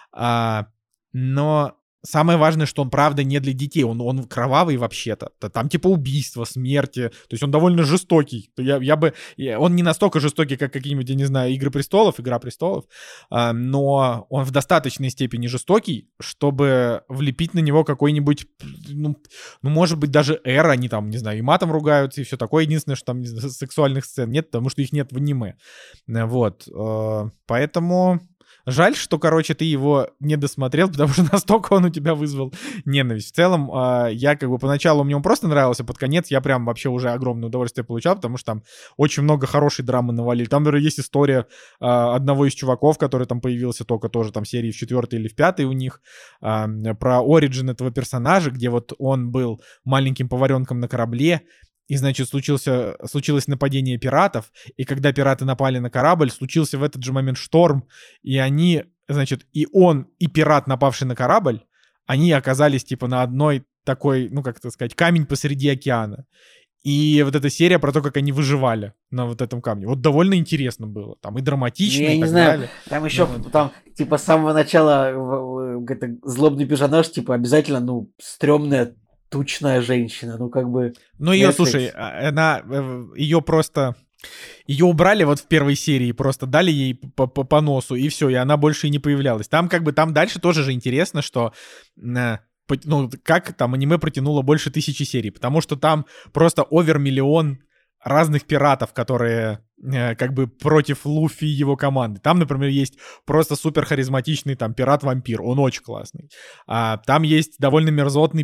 Но самое важное, что он, правда, не для детей. Он кровавый вообще-то. Там убийства, смерти. То есть он довольно жестокий. Он не настолько жестокий, как какие-нибудь, я не знаю, «Игра престолов», но он в достаточной степени жестокий, чтобы влепить на него какой-нибудь, может быть, даже R. Они там, не знаю, и матом ругаются, и все такое. Единственное, что там сексуальных сцен нет, потому что их нет в аниме. Поэтому... Жаль, что, ты его не досмотрел, потому что настолько он у тебя вызвал ненависть. В целом, я как бы поначалу мне он просто нравился, под конец я прям вообще уже огромное удовольствие получал, потому что там очень много хорошей драмы навалили. Там, наверное, есть история одного из чуваков, который там появился только тоже там серии в 4 или в 5 у них, про оригин этого персонажа, где вот он был маленьким поваренком на корабле, и, значит, случилось нападение пиратов, и когда пираты напали на корабль, случился в этот же момент шторм, и они значит, и он, и пират, напавший на корабль, они оказались, типа, на одной такой, ну, как это сказать, камень посреди океана. И вот эта серия про то, как они выживали на вот этом камне. Вот довольно интересно было. Там и драматично, я и не так знаю, далее. там еще, там, типа, с самого начала это, злобный персонаж, типа, обязательно, ну, стрёмная, тучная женщина, ну, как бы... Ну, ее, Netflix. слушай, она, ее просто... Ее убрали вот в первой серии, просто дали ей по носу, и все, и она больше и не появлялась. Там как бы, там дальше тоже же интересно, что... Ну, как там аниме протянуло больше 1000 серий, потому что там просто овер-миллион разных пиратов, которые как бы против Луфи и его команды. Там, например, есть просто супер харизматичный там пират-вампир, он очень классный. Там есть довольно мерзотный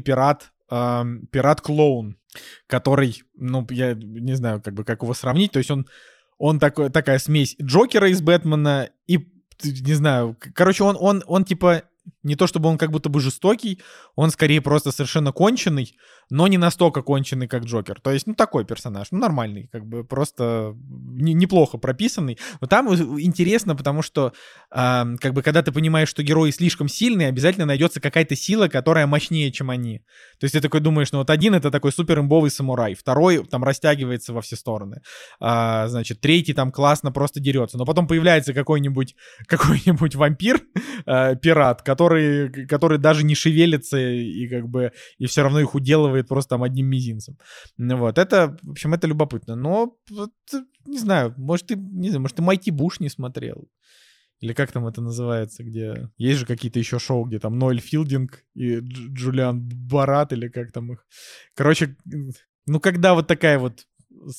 пират-клоун, который, ну, я не знаю, как бы, как его сравнить, то есть он такая смесь Джокера из Бэтмена и, не знаю, короче, он типа... Не то чтобы он как будто бы жестокий, он скорее просто совершенно конченый, но не настолько конченый, как Джокер. То есть, ну, такой персонаж, ну, нормальный, как бы просто неплохо прописанный. Но там интересно, потому что, как бы, когда ты понимаешь, что герои слишком сильные, обязательно найдется какая-то сила, которая мощнее, чем они. То есть ты такой думаешь, ну, вот один — это такой супер-имбовый самурай, второй там растягивается во все стороны, значит, третий там классно просто дерется. Но потом появляется какой-нибудь вампир, пират, который даже не шевелится и как бы и все равно их уделывает просто там одним мизинцем. Вот, это, в общем, это любопытно. Но, вот, не знаю, может, ты Майти Буш не смотрел? Или как там это называется, где... Есть же какие-то еще шоу, где там Ноэль Филдинг и Джулиан Барат, или как там их... Короче, ну, когда вот такая вот...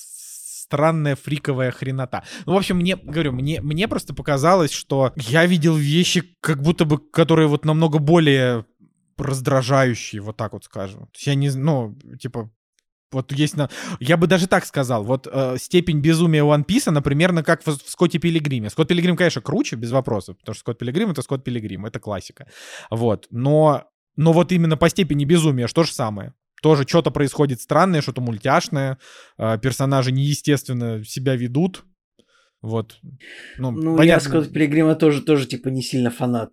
странная фриковая хренота. Ну, в общем, мне просто показалось, что я видел вещи, как будто бы, которые вот намного более раздражающие, вот так вот скажем. То есть я не, ну, типа, вот есть я бы даже так сказал, вот степень безумия One Piece, она примерно как в Скотте Пилигриме. Скотт Пилигрим, конечно, круче, без вопросов, потому что Скотт Пилигрим — это Скотт Пилигрим, это классика. Вот, но вот именно по степени безумия что же самое. Тоже что-то происходит странное, что-то мультяшное, персонажи неестественно себя ведут. Вот. Ну я Скотт Пилигрима тоже типа не сильно фанат.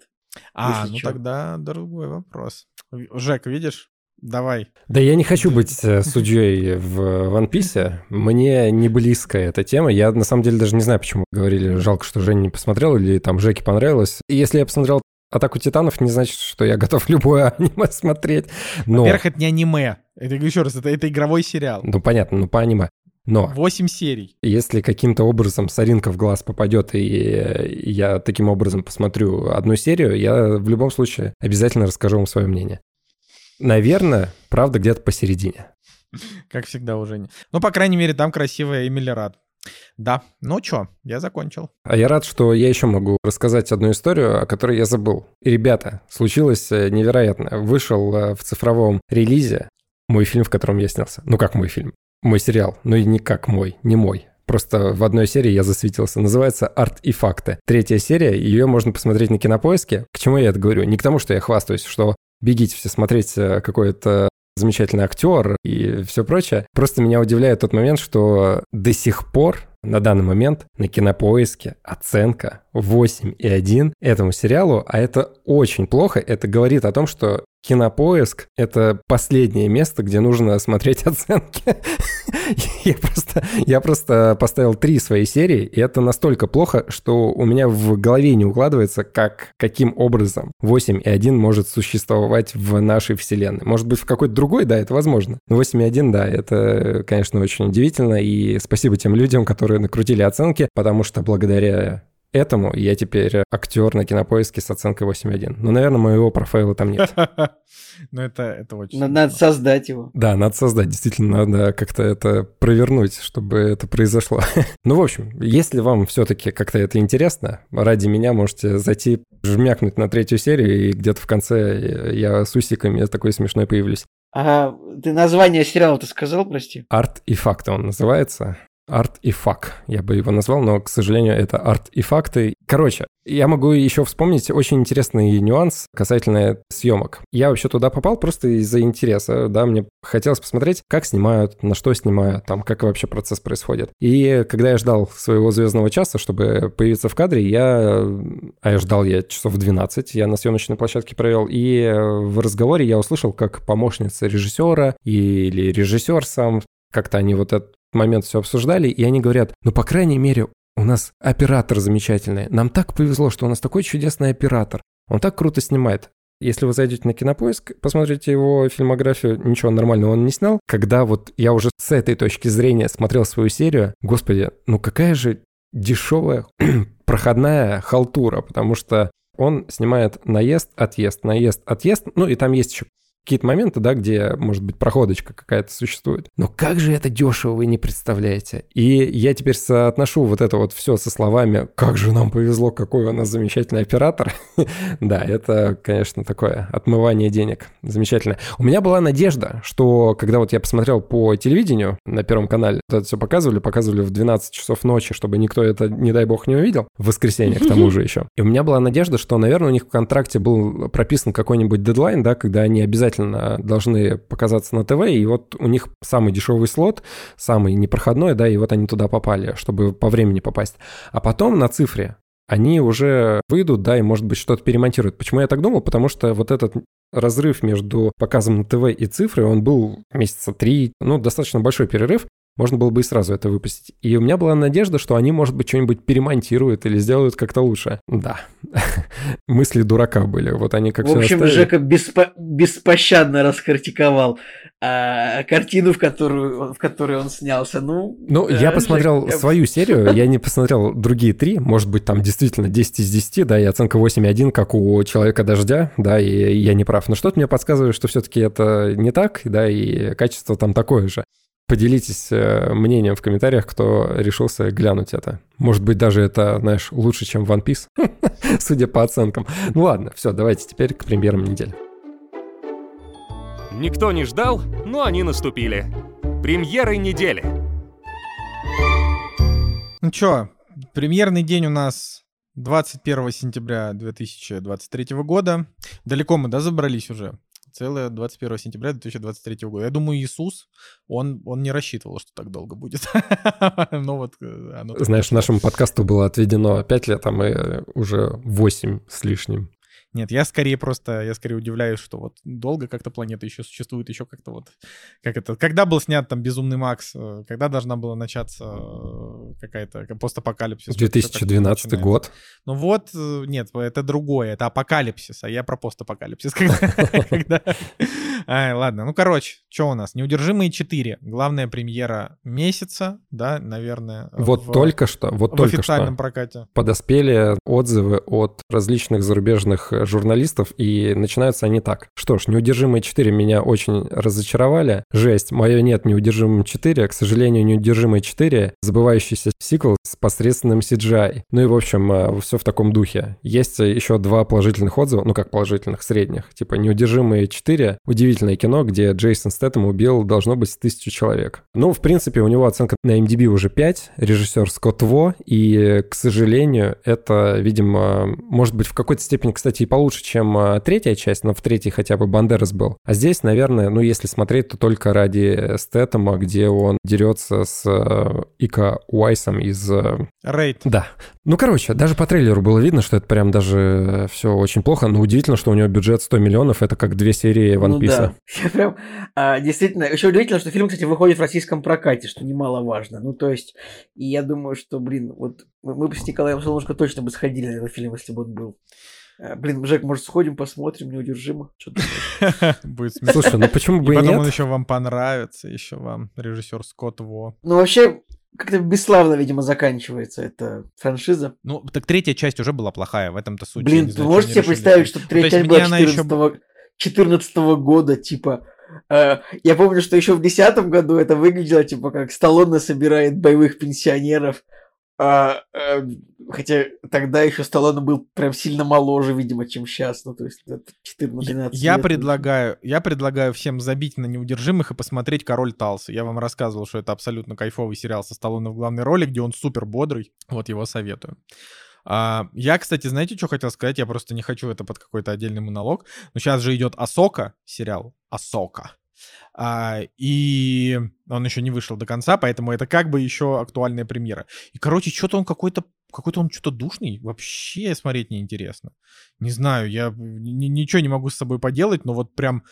Ну тогда другой вопрос. Жек, видишь? Давай. Да я не хочу быть судьей в One Piece. Мне не близка эта тема. Я на самом деле даже не знаю, почему говорили, жалко, что Женя не посмотрел, или там Жеке понравилось. И если я посмотрел «Атаку Титанов», не значит, что я готов любое аниме смотреть. Но... Во-первых, это не аниме. Это, еще раз, это игровой сериал. Ну, понятно, ну, по аниме. Но 8 серий. Если каким-то образом соринка в глаз попадет, и я таким образом посмотрю одну серию, я в любом случае обязательно расскажу вам свое мнение. Наверное, правда, где-то посередине. Как всегда у Жени. Ну, по крайней мере, там красивая Эмили Рад. Да, ну чё, я закончил. А я рад, что я еще могу рассказать одну историю, о которой я забыл. И, ребята, случилось невероятно. Вышел в цифровом релизе мой фильм, в котором я снялся. Ну, как мой фильм? Мой сериал. Ну, и не как мой, не мой. Просто в одной серии я засветился. Называется «Арт и факты». 3-я серия, ее можно посмотреть на Кинопоиске. К чему я это говорю? Не к тому, что я хвастаюсь, что бегите все смотреть какой-то замечательный актер и все прочее. Просто меня удивляет тот момент, что до сих пор, на данный момент, на Кинопоиске оценка 8,1 этому сериалу, а это очень плохо. Это говорит о том, что Кинопоиск — это последнее место, где нужно смотреть оценки. Я просто поставил 3 своей серии, и это настолько плохо, что у меня в голове не укладывается, каким образом 8,1 может существовать в нашей вселенной. Может быть, в какой-то другой, да, это возможно. Но 8,1, да, это, конечно, очень удивительно, и спасибо тем людям, которые накрутили оценки, потому что благодаря этому я теперь актер на Кинопоиске с оценкой 8,1. Но, наверное, моего профайла там нет. Ну, это очень... Надо создать его. Да, надо создать. Действительно, надо как-то это провернуть, чтобы это произошло. Ну, в общем, если вам все-таки как-то это интересно, ради меня можете зайти, жмякнуть на 3-ю серию, и где-то в конце я с усиками такой смешной появлюсь. А ты название сериала-то сказал, прости? «Арт и факты» он называется. «Арт и фак» я бы его назвал, но, к сожалению, это «Арт и факты». Короче, я могу еще вспомнить очень интересный нюанс касательно съемок. Я вообще туда попал просто из-за интереса, да, мне хотелось посмотреть, как снимают, на что снимают, там, как вообще процесс происходит. И когда я ждал своего звездного часа, чтобы появиться в кадре, я ждал часов 12, я на съемочной площадке провел, и в разговоре я услышал, как помощница режиссера или режиссер сам, как-то они вот этот момент все обсуждали, и они говорят, ну, по крайней мере, у нас оператор замечательный. Нам так повезло, что у нас такой чудесный оператор. Он так круто снимает. Если вы зайдете на Кинопоиск, посмотрите его фильмографию, ничего нормального он не снял. Когда вот я уже с этой точки зрения смотрел свою серию, господи, ну какая же дешевая проходная халтура, потому что он снимает наезд, отъезд, ну и там есть еще какие-то моменты, да, где, может быть, проходочка какая-то существует. Но как же это дешево, вы не представляете. И я теперь соотношу вот это вот все со словами «Как же нам повезло, какой у нас замечательный оператор». Да, это, конечно, такое отмывание денег. Замечательно. У меня была надежда, что когда вот я посмотрел по телевидению на Первом канале, это все показывали в 12 часов ночи, чтобы никто это, не дай бог, не увидел. В воскресенье, к тому же еще. И у меня была надежда, что, наверное, у них в контракте был прописан какой-нибудь дедлайн, да, когда они обязательно должны показаться на ТВ, и вот у них самый дешевый слот, самый непроходной, да, и вот они туда попали, чтобы по времени попасть. А потом на цифре они уже выйдут, да, и, может быть, что-то перемонтируют. Почему я так думал? Потому что вот этот разрыв между показом на ТВ и цифрой, он был месяца 3, ну, достаточно большой перерыв. Можно было бы и сразу это выпустить. И у меня была надежда, что они, может быть, что-нибудь перемонтируют или сделают как-то лучше. Да. Мысли дурака были. Вот они как все оставили. В общем, Жека беспощадно раскритиковал картину, в которой он снялся. Ну, я посмотрел свою серию, я не посмотрел другие 3. Может быть, там действительно 10 из 10, да, и оценка 8,1, как у «Человека дождя», да, и я не прав. Но что-то мне подсказывает, что все-таки это не так, да, и качество там такое же. Поделитесь мнением в комментариях, кто решился глянуть это. Может быть, даже это, знаешь, лучше, чем One Piece, судя по оценкам. Ну ладно, все, давайте теперь к премьерам недели. Никто не ждал, но они наступили. Премьеры недели. Ну чё, премьерный день у нас 21 сентября 2023 года. Далеко мы, да, забрались уже? Целое 21 сентября 2023 года. Я думаю, Иисус, он не рассчитывал, что так долго будет. Но вот оно... Знаешь, нашему подкасту было отведено 5 лет, а мы уже 8 с лишним. Нет, я скорее удивляюсь, что вот долго как-то планета еще существует, еще как-то вот... Как это? Когда был снят там «Безумный Макс», когда должна была начаться какая-то постапокалипсис? 2012 год. Ну вот, нет, это другое, это апокалипсис, а я про постапокалипсис. Ладно, ну короче, что у нас? «Неудержимые 4», главная премьера месяца, да, наверное. Вот только что в официальном прокате. Подоспели отзывы от различных зарубежных журналистов, и начинаются они так. Что ж, «Неудержимые 4» меня очень разочаровали. Жесть, мое нет «Неудержимым 4». К сожалению, «Неудержимые 4» забывающийся сиквел с посредственным CGI. Ну и, в общем, все в таком духе. Есть еще 2 положительных отзыва, ну как положительных, средних. Типа «Неудержимые 4» — удивительное кино, где Джейсон Стэтэм убил, должно быть, 1000 человек. Ну, в принципе, у него оценка на IMDb уже 5, режиссер Скотт Во, и, к сожалению, это, видимо, может быть, в какой-то степени, кстати, и получше, чем 3-я часть, но в 3-й хотя бы Бандерас был. А здесь, наверное, ну, если смотреть, то только ради Стэтэма, где он дерется с Ика Уайсом из... Рейд. Да. Ну, короче, даже по трейлеру было видно, что это прям даже все очень плохо, но удивительно, что у него бюджет 100 миллионов, это как 2 серии One Piece. Да. Я прям, действительно, еще удивительно, что фильм, кстати, выходит в российском прокате, что немаловажно. Ну, то есть, и я думаю, что, вот мы бы с Николаем Солнышко точно бы сходили на этот фильм, если бы он был. Жек, может, сходим, посмотрим, «Неудержимо». Что ты думаешь? Будет смешно. Слушай, ну почему бы и нет? Потом он еще вам понравится, еще вам режиссер Скотт Во. Ну, вообще, как-то бесславно, видимо, заканчивается эта франшиза. Ну, так 3-я часть уже была плохая, в этом-то суть. Блин, ты можешь себе представить, что 3-я часть была 14 года, типа... Я помню, что еще в 2010 году это выглядело, типа, как Сталлоне собирает боевых пенсионеров. Хотя тогда еще Сталлоне был прям сильно моложе, видимо, чем сейчас. Ну, то есть 14-13 я предлагаю всем забить на «Неудержимых» и посмотреть «Король Талса». Я вам рассказывал, что это абсолютно кайфовый сериал со Сталлоне в главной роли, где он супер бодрый. Вот его советую. Я, кстати, знаете, что хотел сказать? Я просто не хочу это под какой-то отдельный монолог. Но сейчас же идет «Асока», сериал «Асока». И он еще не вышел до конца, поэтому это как бы еще актуальная премьера. И, короче, что-то он какой-то он что-то душный. Вообще смотреть неинтересно. Не знаю, я ничего не могу с собой поделать, но вот прям...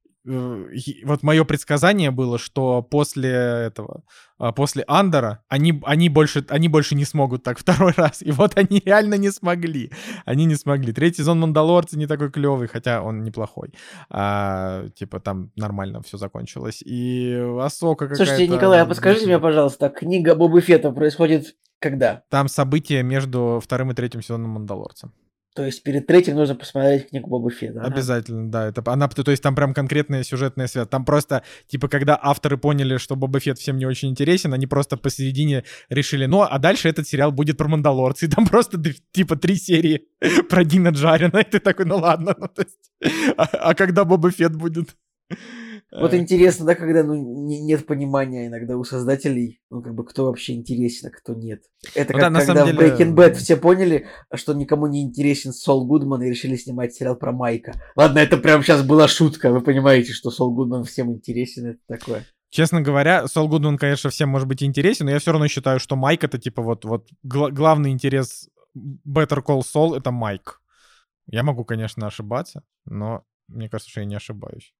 Вот мое предсказание было, что после Андора они больше не смогут так второй раз. И вот они реально не смогли. Они не смогли. Третий сезон «Мандалорца» не такой клевый, хотя он неплохой. Типа там нормально все закончилось. И Асока какая-то... Слушайте, Николай, а подскажите мне, пожалуйста, книга Боба Фетта происходит когда? Там события между вторым и третьим сезоном «Мандалорца». То есть перед третьим нужно посмотреть книгу Боба Фетта. Обязательно, да. То есть там прям конкретная сюжетная связь. Там просто, типа, когда авторы поняли, что Боба Фетт всем не очень интересен, они просто посередине решили, а дальше этот сериал будет про Мандалорца. И там просто, типа, 3 серии про Дина Джарина. И ты такой, ладно. То есть, а когда Боба Фетт будет? Вот интересно, да, когда нет понимания иногда у создателей, кто вообще интересен, а кто нет. Это как когда в Breaking Bad все поняли, что никому не интересен Сол Гудман и решили снимать сериал про Майка. Ладно, это прямо сейчас была шутка, вы понимаете, что Сол Гудман всем интересен, это такое. Честно говоря, Сол Гудман, конечно, всем может быть интересен, но я все равно считаю, что Майк — это типа вот главный интерес Better Call Saul — это Майк. Я могу, конечно, ошибаться, но мне кажется, что я не ошибаюсь.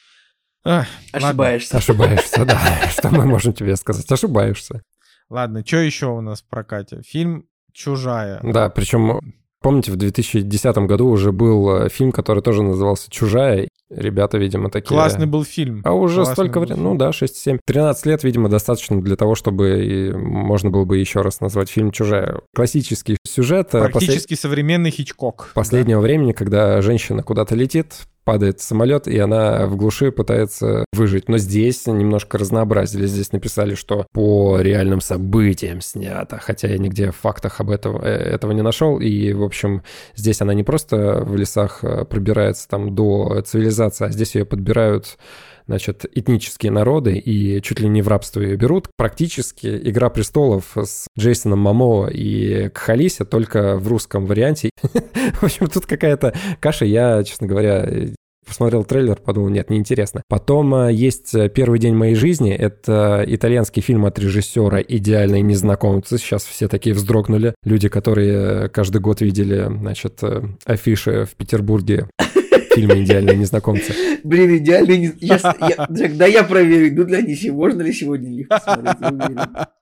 Ошибаешься. Ошибаешься, да. Что мы можем тебе сказать? Ошибаешься. Ладно, что еще у нас в прокате? Фильм «Чужая». Да, причем, помните, в 2010 году уже был фильм, который тоже назывался «Чужая». Ребята, видимо, такие... Классный был фильм. А уже столько времени, 6-7. 13 лет, видимо, достаточно для того, чтобы можно было бы еще раз назвать фильм «Чужая». Классический сюжет. Практически современный Хичкок. Последнего времени, когда женщина куда-то летит, падает самолет, и она в глуши пытается выжить. Но здесь немножко разнообразили. Здесь написали, что по реальным событиям снято. Хотя я нигде в фактах об этого не нашел. И, в общем, здесь она не просто в лесах пробирается там до цивилизации, а здесь ее подбирают, значит, этнические народы и чуть ли не в рабство ее берут. Практически «Игра престолов» с Джейсоном Момоа и Кхалиси, только в русском варианте. В общем, тут какая-то каша. Я, честно говоря, посмотрел трейлер, подумал, нет, неинтересно. Потом есть «Первый день моей жизни». Это итальянский фильм от режиссера «Идеальные незнакомцы». Сейчас все такие вздрогнули. Люди, которые каждый год видели, значит, афиши в Петербурге фильма «Идеальные незнакомцы». Блин, «Идеальные незнакомцы». Да я проверю, идут ли они сегодня, можно ли сегодня их посмотреть.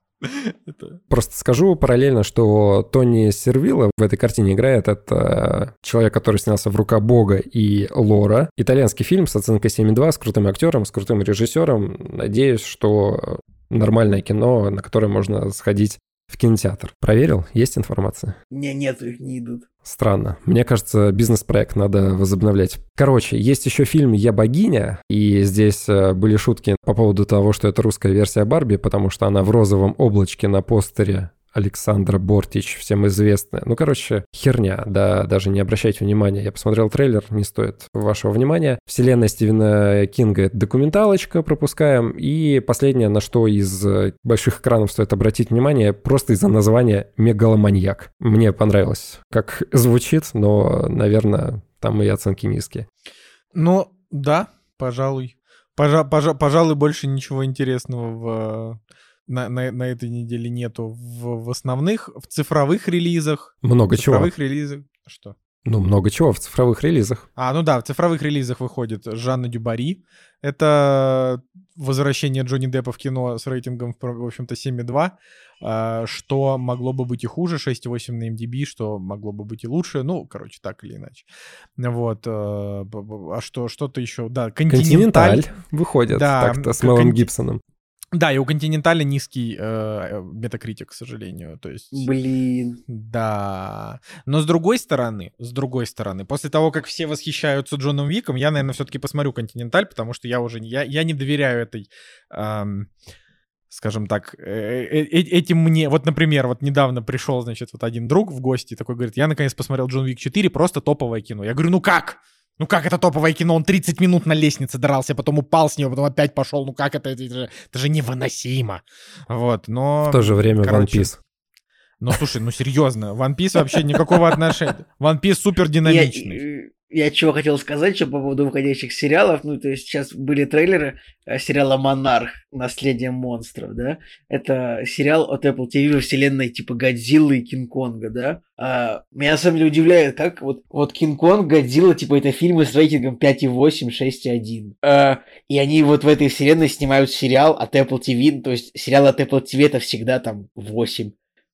Просто скажу параллельно, что Тони Сервилла в этой картине играет. Это человек, который снялся в «Рука Бога» и «Лора». Итальянский фильм с оценкой 7,2, с крутым актером, с крутым режиссером. Надеюсь, что нормальное кино, на которое можно сходить в кинотеатр. Проверил? Есть информация? Нет, их не идут. Странно. Мне кажется, бизнес-проект надо возобновлять. Короче, есть еще фильм «Я богиня», и здесь были шутки по поводу того, что это русская версия Барби, потому что она в розовом облачке на постере Александра Бортич, всем известная. Херня, да, даже не обращайте внимания. Я посмотрел трейлер, не стоит вашего внимания. Вселенная Стивена Кинга — это документалочка, пропускаем. И последнее, на что из больших экранов стоит обратить внимание, просто из-за названия «Мегаломаньяк». Мне понравилось, как звучит, но, наверное, там и оценки низкие. Да, пожалуй. Пожалуй, больше ничего интересного на этой неделе нету в основных, в цифровых релизах. Много чего. В цифровых релизах. Что? Много чего в цифровых релизах. В цифровых релизах выходит Жанна Дюбари. Это возвращение Джонни Деппа в кино с рейтингом, в общем-то, 7,2. Что могло бы быть и хуже, 6,8 на MDB, что могло бы быть и лучше. Так или иначе. Вот. А что-то еще? Да, «Континенталь» выходит так-то с Мелом Гибсоном. Да, и у «Континенталя» низкий метакритик, к сожалению. То есть, блин. Да. Но с другой стороны, после того, как все восхищаются Джоном Уиком, я, наверное, все-таки посмотрю «Континенталь», потому что я не доверяю этой, скажем так, этим мне... Вот, например, недавно пришел, значит, один друг в гости, такой говорит, я, наконец, посмотрел «Джон Уик 4», просто топовое кино. Я говорю, как? Как это топовое кино? Он 30 минут на лестнице дрался, потом упал с нее, потом опять пошел. Как это? Это же невыносимо. Вот, но... В то же время One Piece. Ну, слушай, ну серьезно, One Piece вообще никакого отношения. One Piece супер динамичный. Я чего хотел сказать еще по поводу выходящих сериалов. Ну, то есть сейчас были трейлеры сериала «Монарх. Наследие монстров», да? Это сериал от Apple TV во вселенной типа Годзиллы и Кинг-Конга, да? Меня на самом деле удивляет, как вот Кинг-Конг, Годзилла, типа это фильмы с рейтингом 5,8, 6,1. И они вот в этой вселенной снимают сериал от Apple TV. То есть сериал от Apple TV это всегда там 8.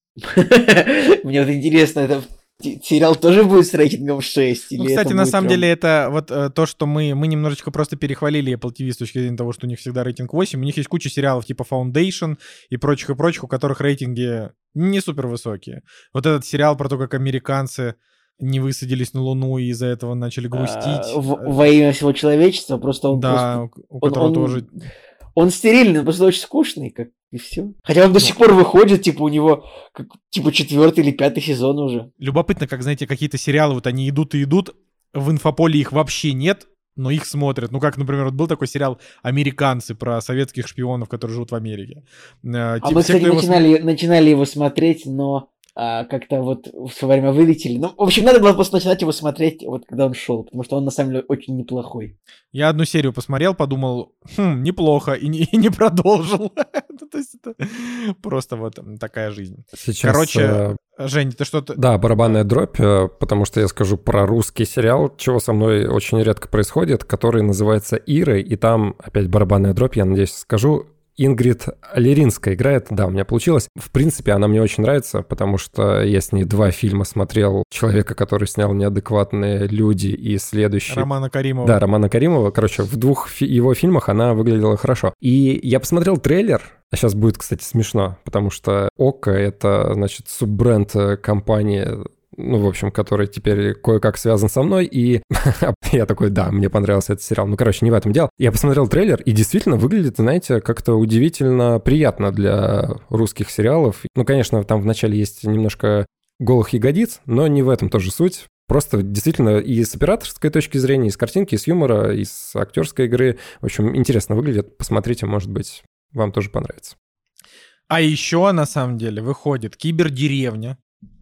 Мне вот интересно, это сериал тоже будет с рейтингом 6? Ну, кстати, на самом деле, это вот то, что мы немножечко просто перехвалили Apple TV с точки зрения того, что у них всегда рейтинг 8. У них есть куча сериалов типа Foundation и прочих, у которых рейтинги не супер высокие. Вот этот сериал про то, как американцы не высадились на Луну и из-за этого начали грустить. Во имя всего человечества, просто он... Да, просто, у которого тоже... Он стерильный, он просто очень скучный, как и все. Хотя он до сих пор выходит, типа у него типа 4-й или 5-й сезон уже. Любопытно, как, знаете, какие-то сериалы, вот они идут и идут, в инфополе их вообще нет, но их смотрят. Ну, как, например, вот был такой сериал «Американцы» про советских шпионов, которые живут в Америке. Мы, кстати, начинали его смотреть, но как-то вот в свое время вылетели. Ну, в общем, надо было просто начинать его смотреть, вот когда он шел, потому что он, на самом деле, очень неплохой. Я одну серию посмотрел, подумал, неплохо, и не продолжил. То есть это просто вот такая жизнь. Сейчас, короче, Жень, ты что-то... Да, барабанная дробь, потому что я скажу про русский сериал, чего со мной очень редко происходит, который называется «Ирой», и там опять барабанная дробь, я надеюсь, скажу. Ингрид Аллеринская играет, да, у меня получилось. В принципе, она мне очень нравится, потому что я с ней 2 фильма смотрел. Человека, который снял «Неадекватные люди», и следующий... Романа Каримова. Да, Романа Каримова. Короче, в 2 его фильмах она выглядела хорошо. И я посмотрел трейлер, а сейчас будет, кстати, смешно, потому что ОККО — это, значит, суббренд компании... ну, в общем, который теперь кое-как связан со мной, и я такой, да, мне понравился этот сериал. Ну, короче, не в этом дело. Я посмотрел трейлер, и действительно выглядит, знаете, как-то удивительно приятно для русских сериалов. Ну, конечно, там вначале есть немножко голых ягодиц, но не в этом тоже суть. Просто действительно и с операторской точки зрения, и с картинки, и с юмора, и с актерской игры. В общем, интересно выглядит. Посмотрите, может быть, вам тоже понравится. А еще, на самом деле, выходит «Кибердеревня».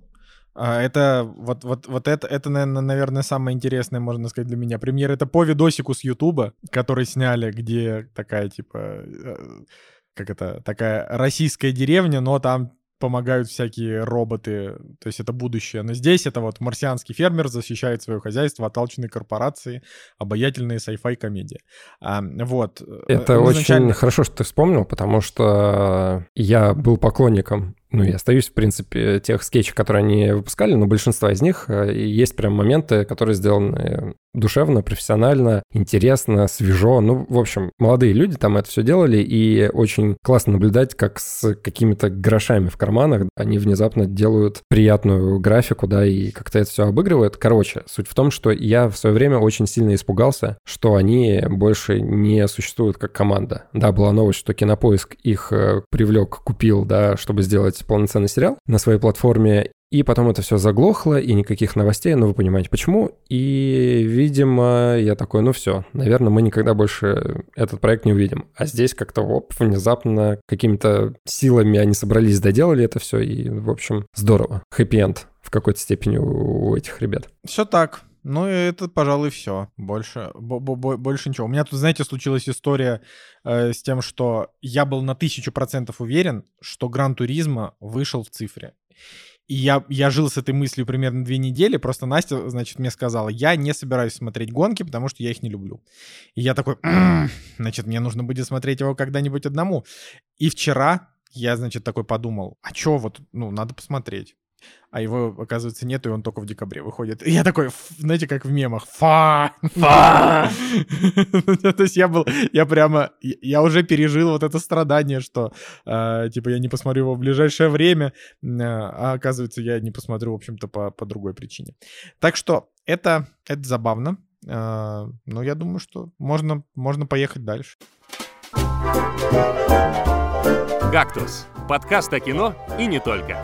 Это это, наверное, самое интересное, можно сказать, для меня. Премьера — это по видосику с Ютуба, который сняли, где такая, типа, такая российская деревня, но там помогают всякие роботы, то есть это будущее. Но здесь это вот марсианский фермер защищает свое хозяйство от алчной корпорации, обаятельная sci-fi комедия. Вот. Это очень хорошо, что ты вспомнил, потому что я был поклонником, ну, я остаюсь, в принципе, тех скетчей, которые они выпускали, но большинства из них есть прям моменты, которые сделаны душевно, профессионально, интересно, свежо. Ну, в общем, молодые люди там это все делали, и очень классно наблюдать, как с какими-то грошами в карманах они внезапно делают приятную графику, да, и как-то это все обыгрывают. Короче, суть в том, что я в свое время очень сильно испугался, что они больше не существуют как команда. Да, была новость, что Кинопоиск их привлек, купил, да, чтобы сделать полноценный сериал на своей платформе, и потом это все заглохло, и никаких новостей, ну, вы понимаете, почему. И, видимо, я такой, ну все, наверное, мы никогда больше этот проект не увидим. А здесь как-то, внезапно какими-то силами они собрались, доделали это все, и, в общем, здорово. Хэппи-энд в какой-то степени у этих ребят. Все так. Ну, и это, пожалуй, все. Больше ничего. У меня тут, знаете, случилась история с тем, что я был на 1000% уверен, что Гран Туризмо вышел в цифре. И я жил с этой мыслью примерно 2 недели. Просто Настя, значит, мне сказала, я не собираюсь смотреть гонки, потому что я их не люблю. И я такой, значит, мне нужно будет смотреть его когда-нибудь одному. И вчера я, значит, такой подумал, а чё вот, ну, надо посмотреть. А его, оказывается, нет, и он только в декабре выходит. И я такой, знаете, как в мемах, То есть я уже пережил вот это страдание, что, типа, я не посмотрю его в ближайшее время, а оказывается, я не посмотрю, в общем-то, по другой причине. Так что это забавно, но я думаю, что можно поехать дальше. «Кактус» — подкаст о кино и не только.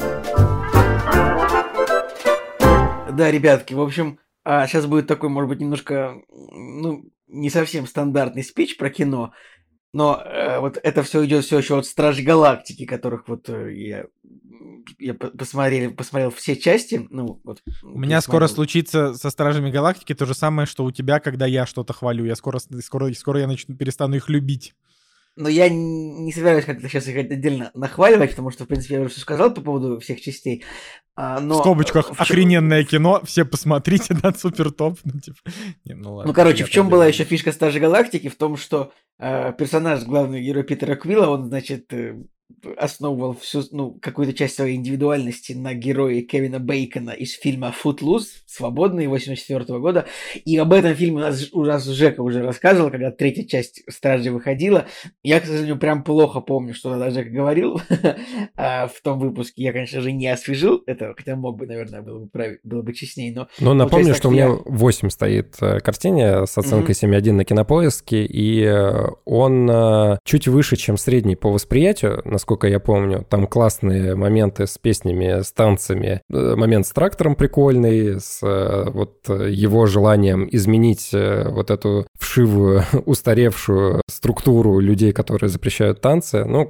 Да, ребятки, в общем, сейчас будет такой, может быть, немножко, ну, не совсем стандартный спич про кино, но вот это все идет все еще от Стражей Галактики, которых вот я я посмотрел все части. Ну, вот, у меня скоро случится со Стражами Галактики то же самое, что у тебя, когда я что-то хвалю. Я скоро я перестану их любить. Но я не собираюсь как-то сейчас их отдельно нахваливать, потому что, в принципе, я уже все сказал по поводу всех частей. Но в скобочках охрененное кино, все посмотрите, да, супер топ. Ну, короче, в чем была еще фишка Стражей Галактики? В том, что персонаж, главный герой Питера Квилла, он, значит, основывал всю, какую-то часть своей индивидуальности на герое Кевина Бейкона из фильма «Footloose», «Свободный», 1984 года. И об этом фильме у нас Жека уже рассказывал, когда третья часть «Стражей» выходила. Я, к сожалению, прям плохо помню, что тогда Жека говорил в том выпуске. Я, конечно же, не освежил это, хотя мог бы, наверное, было бы честнее. Но напомню, что у меня 8 стоит картине с оценкой 7.1 на Кинопоиске, и он чуть выше, чем средний по восприятию, насколько я помню. Там классные моменты с песнями, с танцами. Момент с трактором прикольный, с вот его желанием изменить вот эту вшивую, устаревшую структуру людей, которые запрещают танцы. Ну...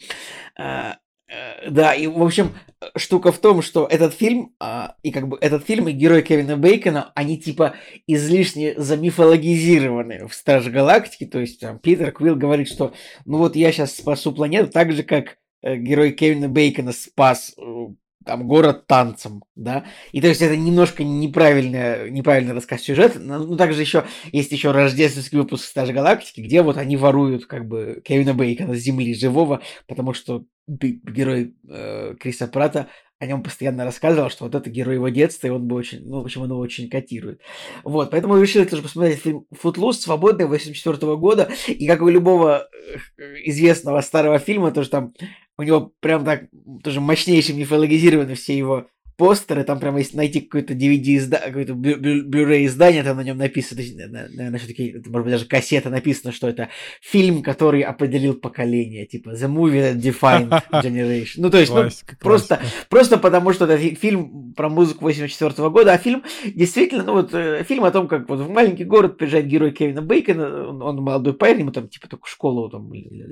Да, и, в общем, штука в том, что этот фильм, и герой Кевина Бейкона, они, типа, излишне замифологизированы в Страже Галактики, то есть, там, Питер Квилл говорит, что, ну вот я сейчас спасу планету, так же, как герой Кевина Бейкона спас там город танцем, да, и то есть это немножко неправильный рассказ сюжета, но также еще есть еще рождественский выпуск Стражей Галактики, где вот они воруют как бы Кевина Бейкона с Земли живого, потому что герой Криса Пратта о нем постоянно рассказывал, что вот это герой его детства, и он бы очень, в общем, он его очень котирует. Вот, поэтому решили тоже посмотреть фильм «Footloose», «Свободный», 1984 года, и как у любого известного старого фильма, тоже там у него прям так тоже мощнейше мифологизированы все его постеры, там прямо если найти какое-то DVD-издание, какое-то Blu-ray издание, там на нем написано, наверное, все-таки, может быть, даже кассета написано, что это фильм, который определил поколение, типа The Movie That Defined Generation. Ну, то есть, просто потому, что это фильм про музыку 1984 года, а фильм действительно, фильм о том, как вот в маленький город приезжает герой Кевина Бейкона, он молодой парень, ему там, типа, только школу, там,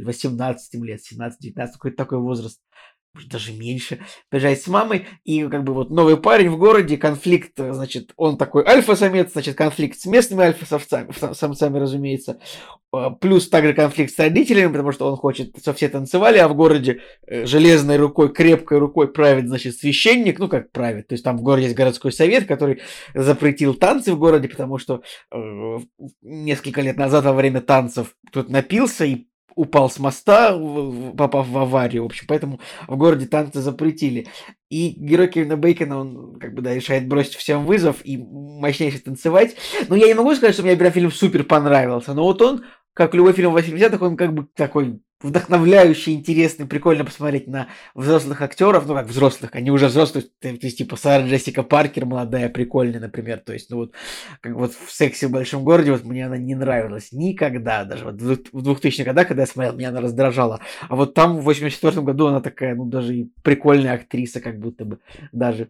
18 лет, 17-19, какой-то такой возраст, может, даже меньше, приезжает с мамой, и как бы вот новый парень в городе, конфликт, значит, он такой альфа-самец, значит, конфликт с местными альфа-самцами, разумеется, плюс также конфликт с родителями, потому что он хочет, чтобы все танцевали, а в городе железной рукой, крепкой рукой правит, значит, священник, ну, как правит, то есть там в городе есть городской совет, который запретил танцы в городе, потому что несколько лет назад во время танцев кто-то напился и упал с моста, попав в аварию, в общем, поэтому в городе танцы запретили. И герой Кевина Бейкона, он, как бы, да, решает бросить всем вызов и мощнейше танцевать. Но я не могу сказать, что мне прям фильм супер понравился, но вот он, как любой фильм 80-х, он как бы такой вдохновляющий, интересный, прикольно посмотреть на взрослых актеров, ну как взрослых, они уже взрослые, то есть типа Сара Джессика Паркер, молодая, прикольная, например, то есть, ну вот, как вот в «Сексе в большом городе», вот мне она не нравилась никогда, даже вот в 2000-х годах, когда я смотрел, меня она раздражала, а вот там в 84-м году она такая, ну даже и прикольная актриса, как будто бы, даже.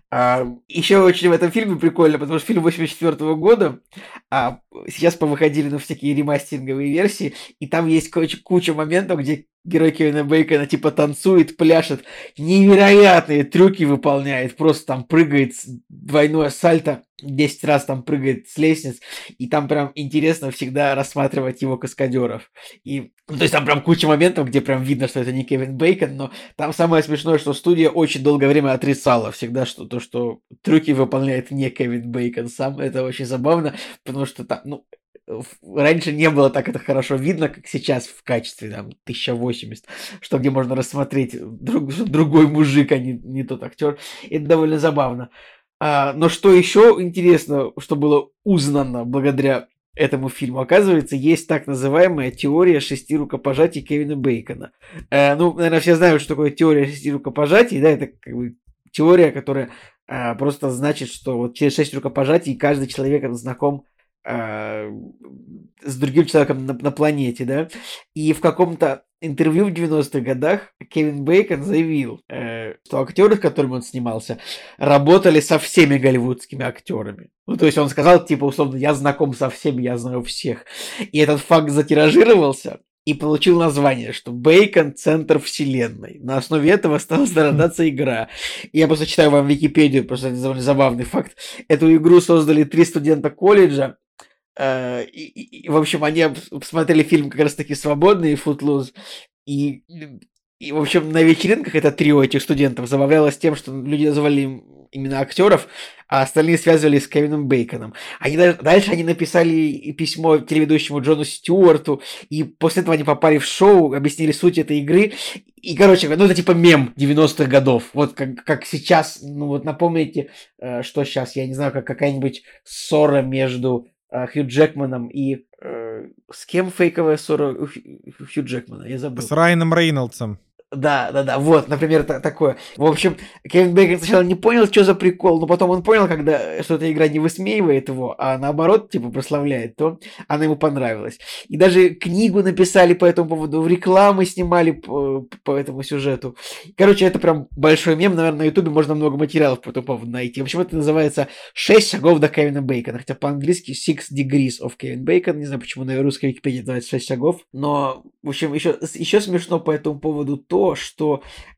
Еще очень в этом фильме прикольно, потому что фильм 84-го года, сейчас повыходили, всякие ремастеринговые версии, и там есть куча моментов, где герой Кевина Бейкона типа танцует, пляшет, невероятные трюки выполняет, просто там прыгает двойное сальто, 10 раз там прыгает с лестниц, и там прям интересно всегда рассматривать его каскадеров. И, то есть там прям куча моментов, где прям видно, что это не Кевин Бейкон, но там самое смешное, что студия очень долгое время отрицала всегда, что то, что трюки выполняет не Кевин Бейкон сам, это очень забавно, потому что там, раньше не было так это хорошо видно, как сейчас в качестве там 1080, что где можно рассмотреть другой мужик, а не тот актер. Это довольно забавно. Но что еще интересно, что было узнано благодаря этому фильму, оказывается, есть так называемая теория 6 рукопожатий Кевина Бейкона. Наверное, все знают, что такое теория 6 рукопожатий, да, это как бы теория, которая просто значит, что вот через 6 рукопожатий каждый человек знаком с другим человеком на планете, да, и в каком-то интервью в 90-х годах Кевин Бейкон заявил, что актеры, с которыми он снимался, работали со всеми голливудскими актерами. Ну, то есть он сказал, типа, условно, я знаком со всеми, я знаю всех. И этот факт затиражировался, и получил название, что Бейкон — центр вселенной. На основе этого стала зарождаться игра. И я просто читаю вам Википедию, просто это довольно забавный факт. Эту игру создали 3 студента колледжа. В общем, они посмотрели фильм как раз-таки «Свободный» и «Footloose». И, в общем, на вечеринках это трио этих студентов забавлялось тем, что люди называли им именно актеров, а остальные связывали с Кевином Бейконом. Дальше они написали письмо телеведущему Джону Стюарту, и после этого они попали в шоу, объяснили суть этой игры. И, короче, ну это типа мем 90-х годов. Вот как сейчас, ну вот напомните, что сейчас, я не знаю, как какая-нибудь ссора между Хью Джекманом и... с кем фейковая ссора у Хью Джекмана? Я забыл. С Райаном Рейнольдсом. Да, вот, например, такое. В общем, Кевин Бейкон сначала не понял, что за прикол, но потом он понял, что эта игра не высмеивает его, а наоборот, типа, прославляет, то она ему понравилась. И даже книгу написали по этому поводу, в рекламы снимали по этому сюжету. Короче, это прям большой мем, наверное, на Ютубе можно много материалов по этому поводу найти. В общем, это называется «6 шагов до Кевина Бейкона», хотя по-английски «Six Degrees of Kevin Bacon», не знаю, почему на русской Википедии называется «6 шагов», но, в общем, еще смешно по этому поводу то, что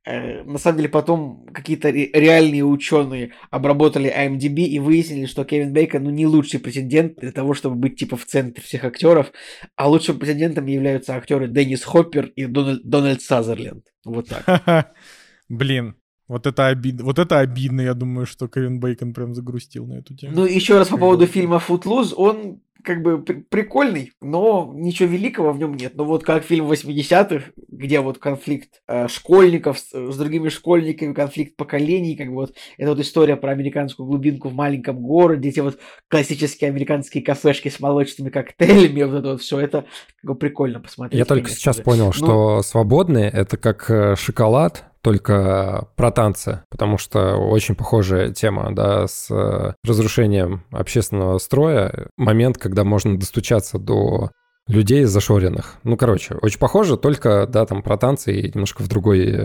на самом деле потом какие-то реальные ученые обработали IMDb и выяснили, что Кевин Бейкон не лучший претендент для того, чтобы быть типа в центре всех актеров, а лучшим претендентом являются актеры Деннис Хоппер и Дональд Сазерленд. Вот так. Блин. Вот это обидно, я думаю, что Кевин Бейкон прям загрустил на эту тему. Ну, еще раз по поводу фильма «Footloose», он как бы прикольный, но ничего великого в нем нет. Но вот как фильм 80-х, где вот конфликт школьников с другими школьниками, конфликт поколений, как бы вот это вот история про американскую глубинку в маленьком городе, эти вот классические американские кафешки с молочными коктейлями, вот это вот все, это как бы прикольно посмотреть. Я только сейчас понял, что «Свободные» — это как шоколад, только про танцы, потому что очень похожая тема, да, с разрушением общественного строя. Момент, когда можно достучаться до людей зашоренных. Ну, короче, очень похоже, только, да, там про танцы и немножко в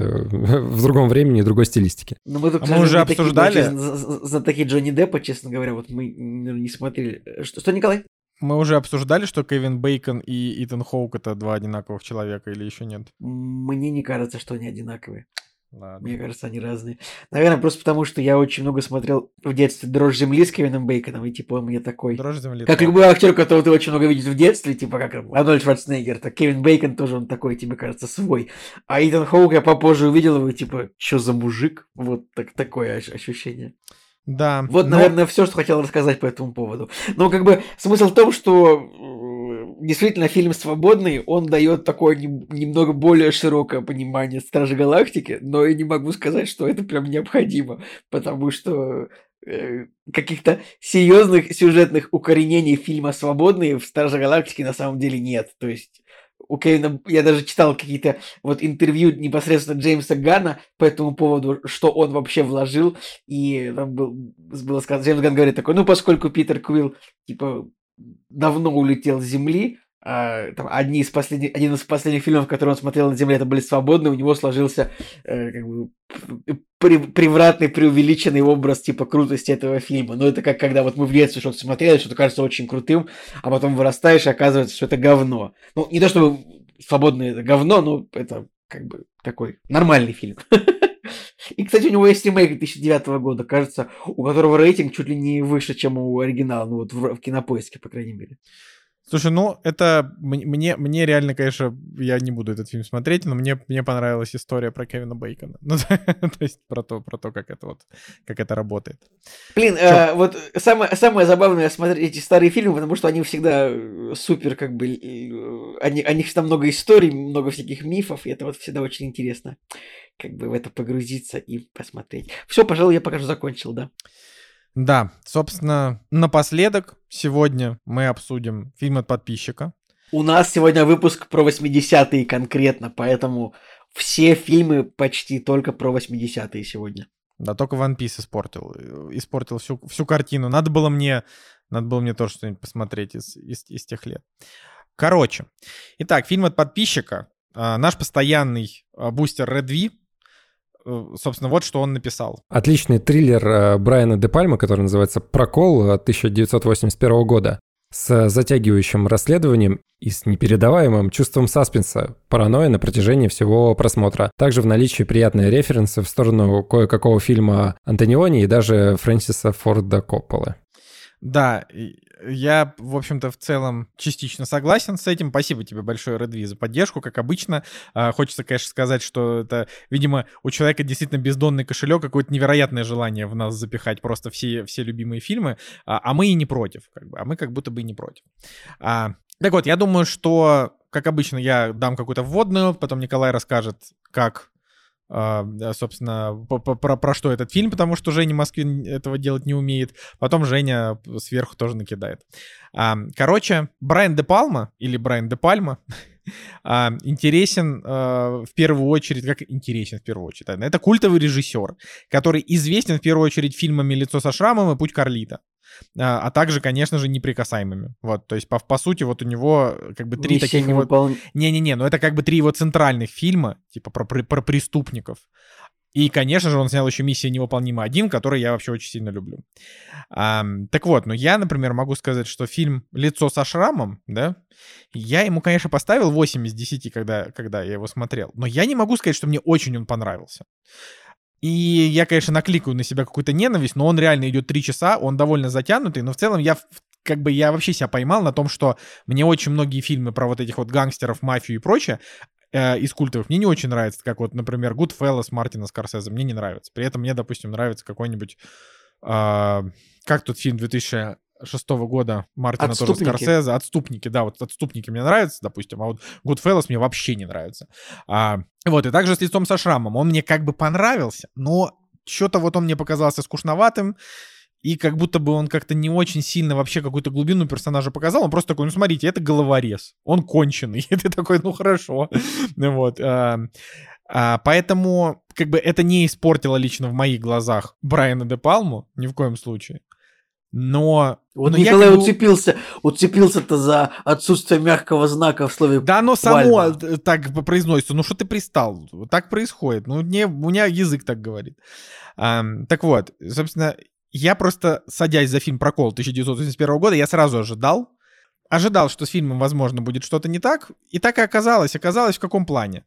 другом времени, другой стилистике. Но мы уже обсуждали. За такие Джонни Деппа, честно говоря, вот мы не смотрели. Что, Николай? Мы уже обсуждали, что Кевин Бейкон и Итан Хоук — это 2 одинаковых человека, или еще нет? Мне не кажется, что они одинаковые. Ладно. Мне кажется, они разные. Наверное, просто потому, что я очень много смотрел в детстве «Дрожь земли» с Кевином Бейконом, и типа он мне такой... «Дрожь земли». Как любой актер, которого ты очень много видишь в детстве, типа как Арнольд Шварценеггер, так Кевин Бейкон тоже он такой, тебе кажется, свой. А Итан Хоук я попозже увидел его, и типа, что за мужик? Вот такое ощущение. Да. Вот, наверное, все, что хотел рассказать по этому поводу. Но как бы смысл в том, что действительно фильм «Свободный», он дает такое немного более широкое понимание Стражей Галактики, но я не могу сказать, что это прям необходимо, потому что каких-то серьезных сюжетных укоренений фильма «Свободный» в Стражах Галактики на самом деле нет. То есть у Кевина, я даже читал какие-то вот интервью непосредственно Джеймса Ганна по этому поводу, что он вообще вложил, и там было сказано, Джеймс Ганн говорит такой, поскольку Питер Квилл, типа, давно улетел с Земли, там, один из последних фильмов, которые он смотрел на Земле, это были «Свободные», у него сложился как бы превратный, преувеличенный образ типа крутости этого фильма. Но это как когда вот мы в детстве что-то смотрели, что-то кажется очень крутым, а потом вырастаешь, и оказывается, что это говно. Ну, не то чтобы «Свободные» это говно, но это как бы такой нормальный фильм. И, кстати, у него есть ремейк 2009 года, кажется, у которого рейтинг чуть ли не выше, чем у оригинала, ну вот в Кинопоиске, по крайней мере. Слушай, ну это мне реально, конечно, я не буду этот фильм смотреть, но мне понравилась история про Кевина Бейкона. Ну, то есть про то, как это работает. Блин, вот самое забавное смотреть эти старые фильмы, потому что они всегда супер, как бы, о них всегда много историй, много всяких мифов, и это вот всегда очень интересно, как бы в это погрузиться и посмотреть. Все, пожалуй, я пока что закончил, да. Да, собственно, напоследок сегодня мы обсудим фильм от подписчика. У нас сегодня выпуск про 80-е конкретно, поэтому все фильмы почти только про 80-е сегодня. Да, только One Piece испортил всю картину. Надо было мне тоже что-нибудь посмотреть из тех лет. Короче, итак, фильм от подписчика. Наш постоянный бустер Red V. Собственно, вот что он написал. Отличный триллер Брайана Де Пальма, который называется «Прокол» 1981 года. с затягивающим расследованием и с непередаваемым чувством саспенса, паранойи на протяжении всего просмотра. Также в наличии приятные референсы в сторону кое-какого фильма Антониони и даже Фрэнсиса Форда Копполы. Да, я, в общем-то, в целом частично согласен с этим. Спасибо тебе большое, Редви, за поддержку, как обычно. Хочется, конечно, сказать, что это, видимо, у человека действительно бездонный кошелек, какое-то невероятное желание в нас запихать просто все любимые фильмы, а мы и не против, а мы как будто бы и не против. Так вот, я думаю, что, как обычно, я дам какую-то вводную, потом Николай расскажет, как... собственно, про что этот фильм, потому что Женя Москвин этого делать не умеет. Потом Женя сверху тоже накидает. Короче, Брайан де Пальма, или Брайан де Пальма, интересен в первую очередь, это культовый режиссер, который известен в первую очередь фильмами «Лицо со шрамом» и «Путь Карлито», а также, конечно же, «Неприкасаемыми». Вот, то есть, по сути, вот у него как бы три таких вот... Не-не-не, но это как бы три его центральных фильма, типа про преступников. И, конечно же, он снял еще «Миссия невыполнима 1», который я вообще очень сильно люблю. Так вот, ну я, например, могу сказать, что фильм «Лицо со шрамом», да, я ему, конечно, поставил 8 из 10, когда я его смотрел, но я не могу сказать, что мне очень он понравился. И я, конечно, накликаю на себя какую-то ненависть, но он реально идет 3 часа, он довольно затянутый, но в целом я вообще себя поймал на том, что мне очень многие фильмы про вот этих вот гангстеров, мафию и прочее из культовых мне не очень нравятся, как вот, например, Goodfellas Мартина Скорсезе, мне не нравится. При этом мне, допустим, нравится какой-нибудь, как тот фильм 2006 года Мартина тоже Скорсезе, «Отступники», да, вот «Отступники» мне нравятся, допустим, а вот Goodfellas мне вообще не нравится. Вот, и также с «Лицом со шрамом», он мне как бы понравился, но что-то вот он мне показался скучноватым, и как будто бы он как-то не очень сильно вообще какую-то глубину персонажа показал. Он просто такой, ну смотрите, это головорез, он конченый. И ты такой, ну хорошо. Вот. Поэтому как бы это не испортило лично в моих глазах Брайана де Пальму, ни в коем случае. Но... Вот Николай уцепился-то за отсутствие мягкого знака в слове «да», оно само так произносится. Ну что ты пристал? Так происходит. Ну у меня язык так говорит. Так вот, собственно... Я просто, садясь за фильм «Прокол» 1981 года, я сразу ожидал, что с фильмом, возможно, будет что-то не так, и так и оказалось. Оказалось, в каком плане.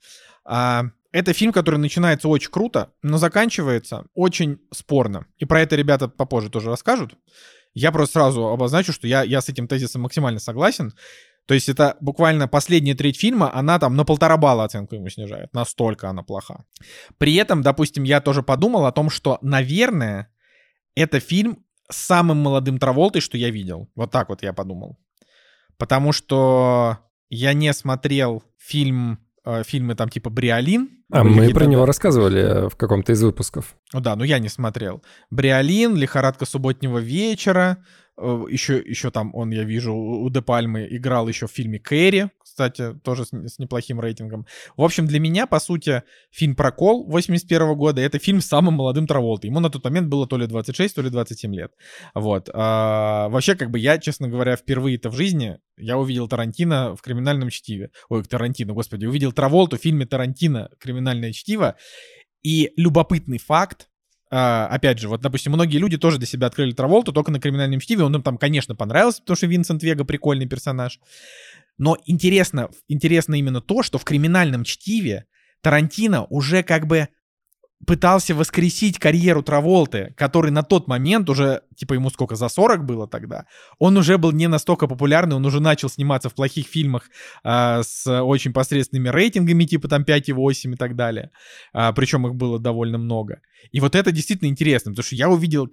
Это фильм, который начинается очень круто, но заканчивается очень спорно. И про это ребята попозже тоже расскажут. Я просто сразу обозначу, что я с этим тезисом максимально согласен. То есть это буквально последняя треть фильма, она там на 1,5 балла оценку ему снижает. Настолько она плоха. При этом, допустим, я тоже подумал о том, что, наверное... это фильм с самым молодым Траволтой, что я видел. Вот так вот я подумал. Потому что я не смотрел фильмы там типа «Бриолин». Мы про него рассказывали в каком-то из выпусков. Ну да, но я не смотрел. «Бриолин», «Лихорадка субботнего вечера». Еще там он, я вижу, у Де Пальмы играл еще в фильме «Кэрри», кстати, тоже с неплохим рейтингом. В общем, для меня, по сути, фильм «Прокол» 81 года — это фильм с самым молодым Траволтой. Ему на тот момент было то ли 26, то ли 27 лет. Вот. Вообще, как бы я, честно говоря, впервые-то в жизни я увидел Тарантино в «Криминальном чтиве». Увидел Траволту в фильме «Тарантино. Криминальное чтиво». И любопытный факт, опять же, вот, допустим, многие люди тоже для себя открыли Траволту только на «Криминальном чтиве». Он им там, конечно, понравился, потому что Винсент Вега прикольный персонаж. Но интересно именно то, что в «Криминальном чтиве» Тарантино уже как бы пытался воскресить карьеру Траволты, который на тот момент уже, типа ему сколько, за 40 было тогда, он уже был не настолько популярный, он уже начал сниматься в плохих фильмах с очень посредственными рейтингами, типа там 5,8 и так далее. Причем их было довольно много. И вот это действительно интересно, потому что я увидел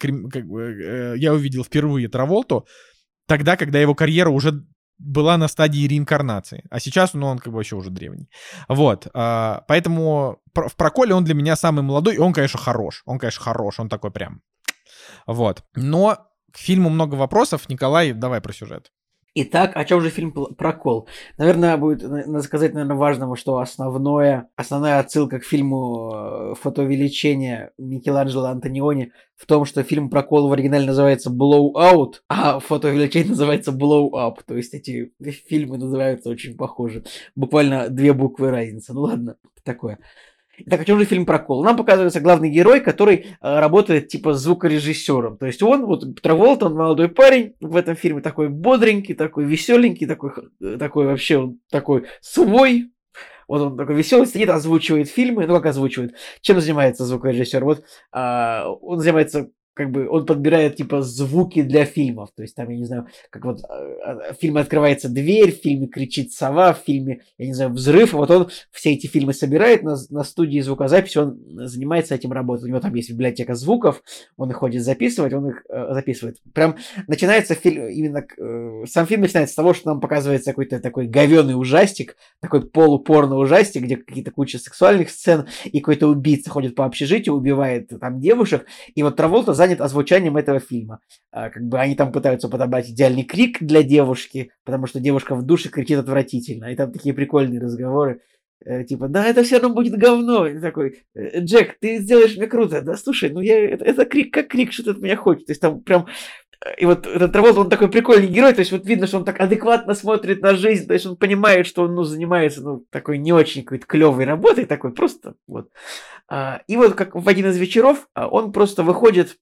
впервые Траволту тогда, когда его карьера уже была на стадии реинкарнации. А сейчас, он как бы вообще уже древний. Вот. Поэтому в «Проколе» он для меня самый молодой, и он, конечно, хорош. Он такой прям. Вот. Но к фильму много вопросов. Николай, давай про сюжет. Итак, о чем же фильм «Прокол»? Наверное, надо сказать, важному, что основная отсылка к фильму «Фотоувеличение» Микеланджело Антониони в том, что фильм «Прокол» в оригинале называется «Blowout», а «Фотоувеличение» называется «Blow Up». То есть эти фильмы называются очень похожи. Буквально 2 буквы разницы. Ну ладно, такое. Так, о чем же фильм «Прокол»? Нам показывается главный герой, который работает типа звукорежиссером. То есть он, вот Траволта, он молодой парень в этом фильме, такой бодренький, такой веселенький, такой вообще он такой свой. Вот он такой веселый, сидит, озвучивает фильмы. Ну, как озвучивает? Чем занимается звукорежиссер? Вот он занимается, как бы, он подбирает, типа, звуки для фильмов. То есть там, я не знаю, как вот в фильме открывается дверь, в фильме кричит сова, в фильме, я не знаю, взрыв. Вот он все эти фильмы собирает на студии звукозаписи, он занимается этим работой. У него там есть библиотека звуков, он их ходит записывать, он их записывает. Прям начинается фильм, именно сам фильм начинается с того, что нам показывается какой-то такой говёный ужастик, такой полупорный ужастик, где какие-то куча сексуальных сцен, и какой-то убийца ходит по общежитию, убивает там девушек, и вот Траволта занят озвучанием этого фильма. Как бы они там пытаются подобрать идеальный крик для девушки, потому что девушка в душе кричит отвратительно, и там такие прикольные разговоры, типа, да, это все равно будет говно. И такой, Джек, ты сделаешь мне круто. Да, слушай, ну это крик, как крик, что ты от меня хочешь. То есть там прям... И вот этот Траволта, он такой прикольный герой, то есть вот видно, что он так адекватно смотрит на жизнь, то есть он понимает, что он, ну, занимается, ну, такой не очень какой-то клевой работой, такой просто, вот. И вот как в один из вечеров он просто выходит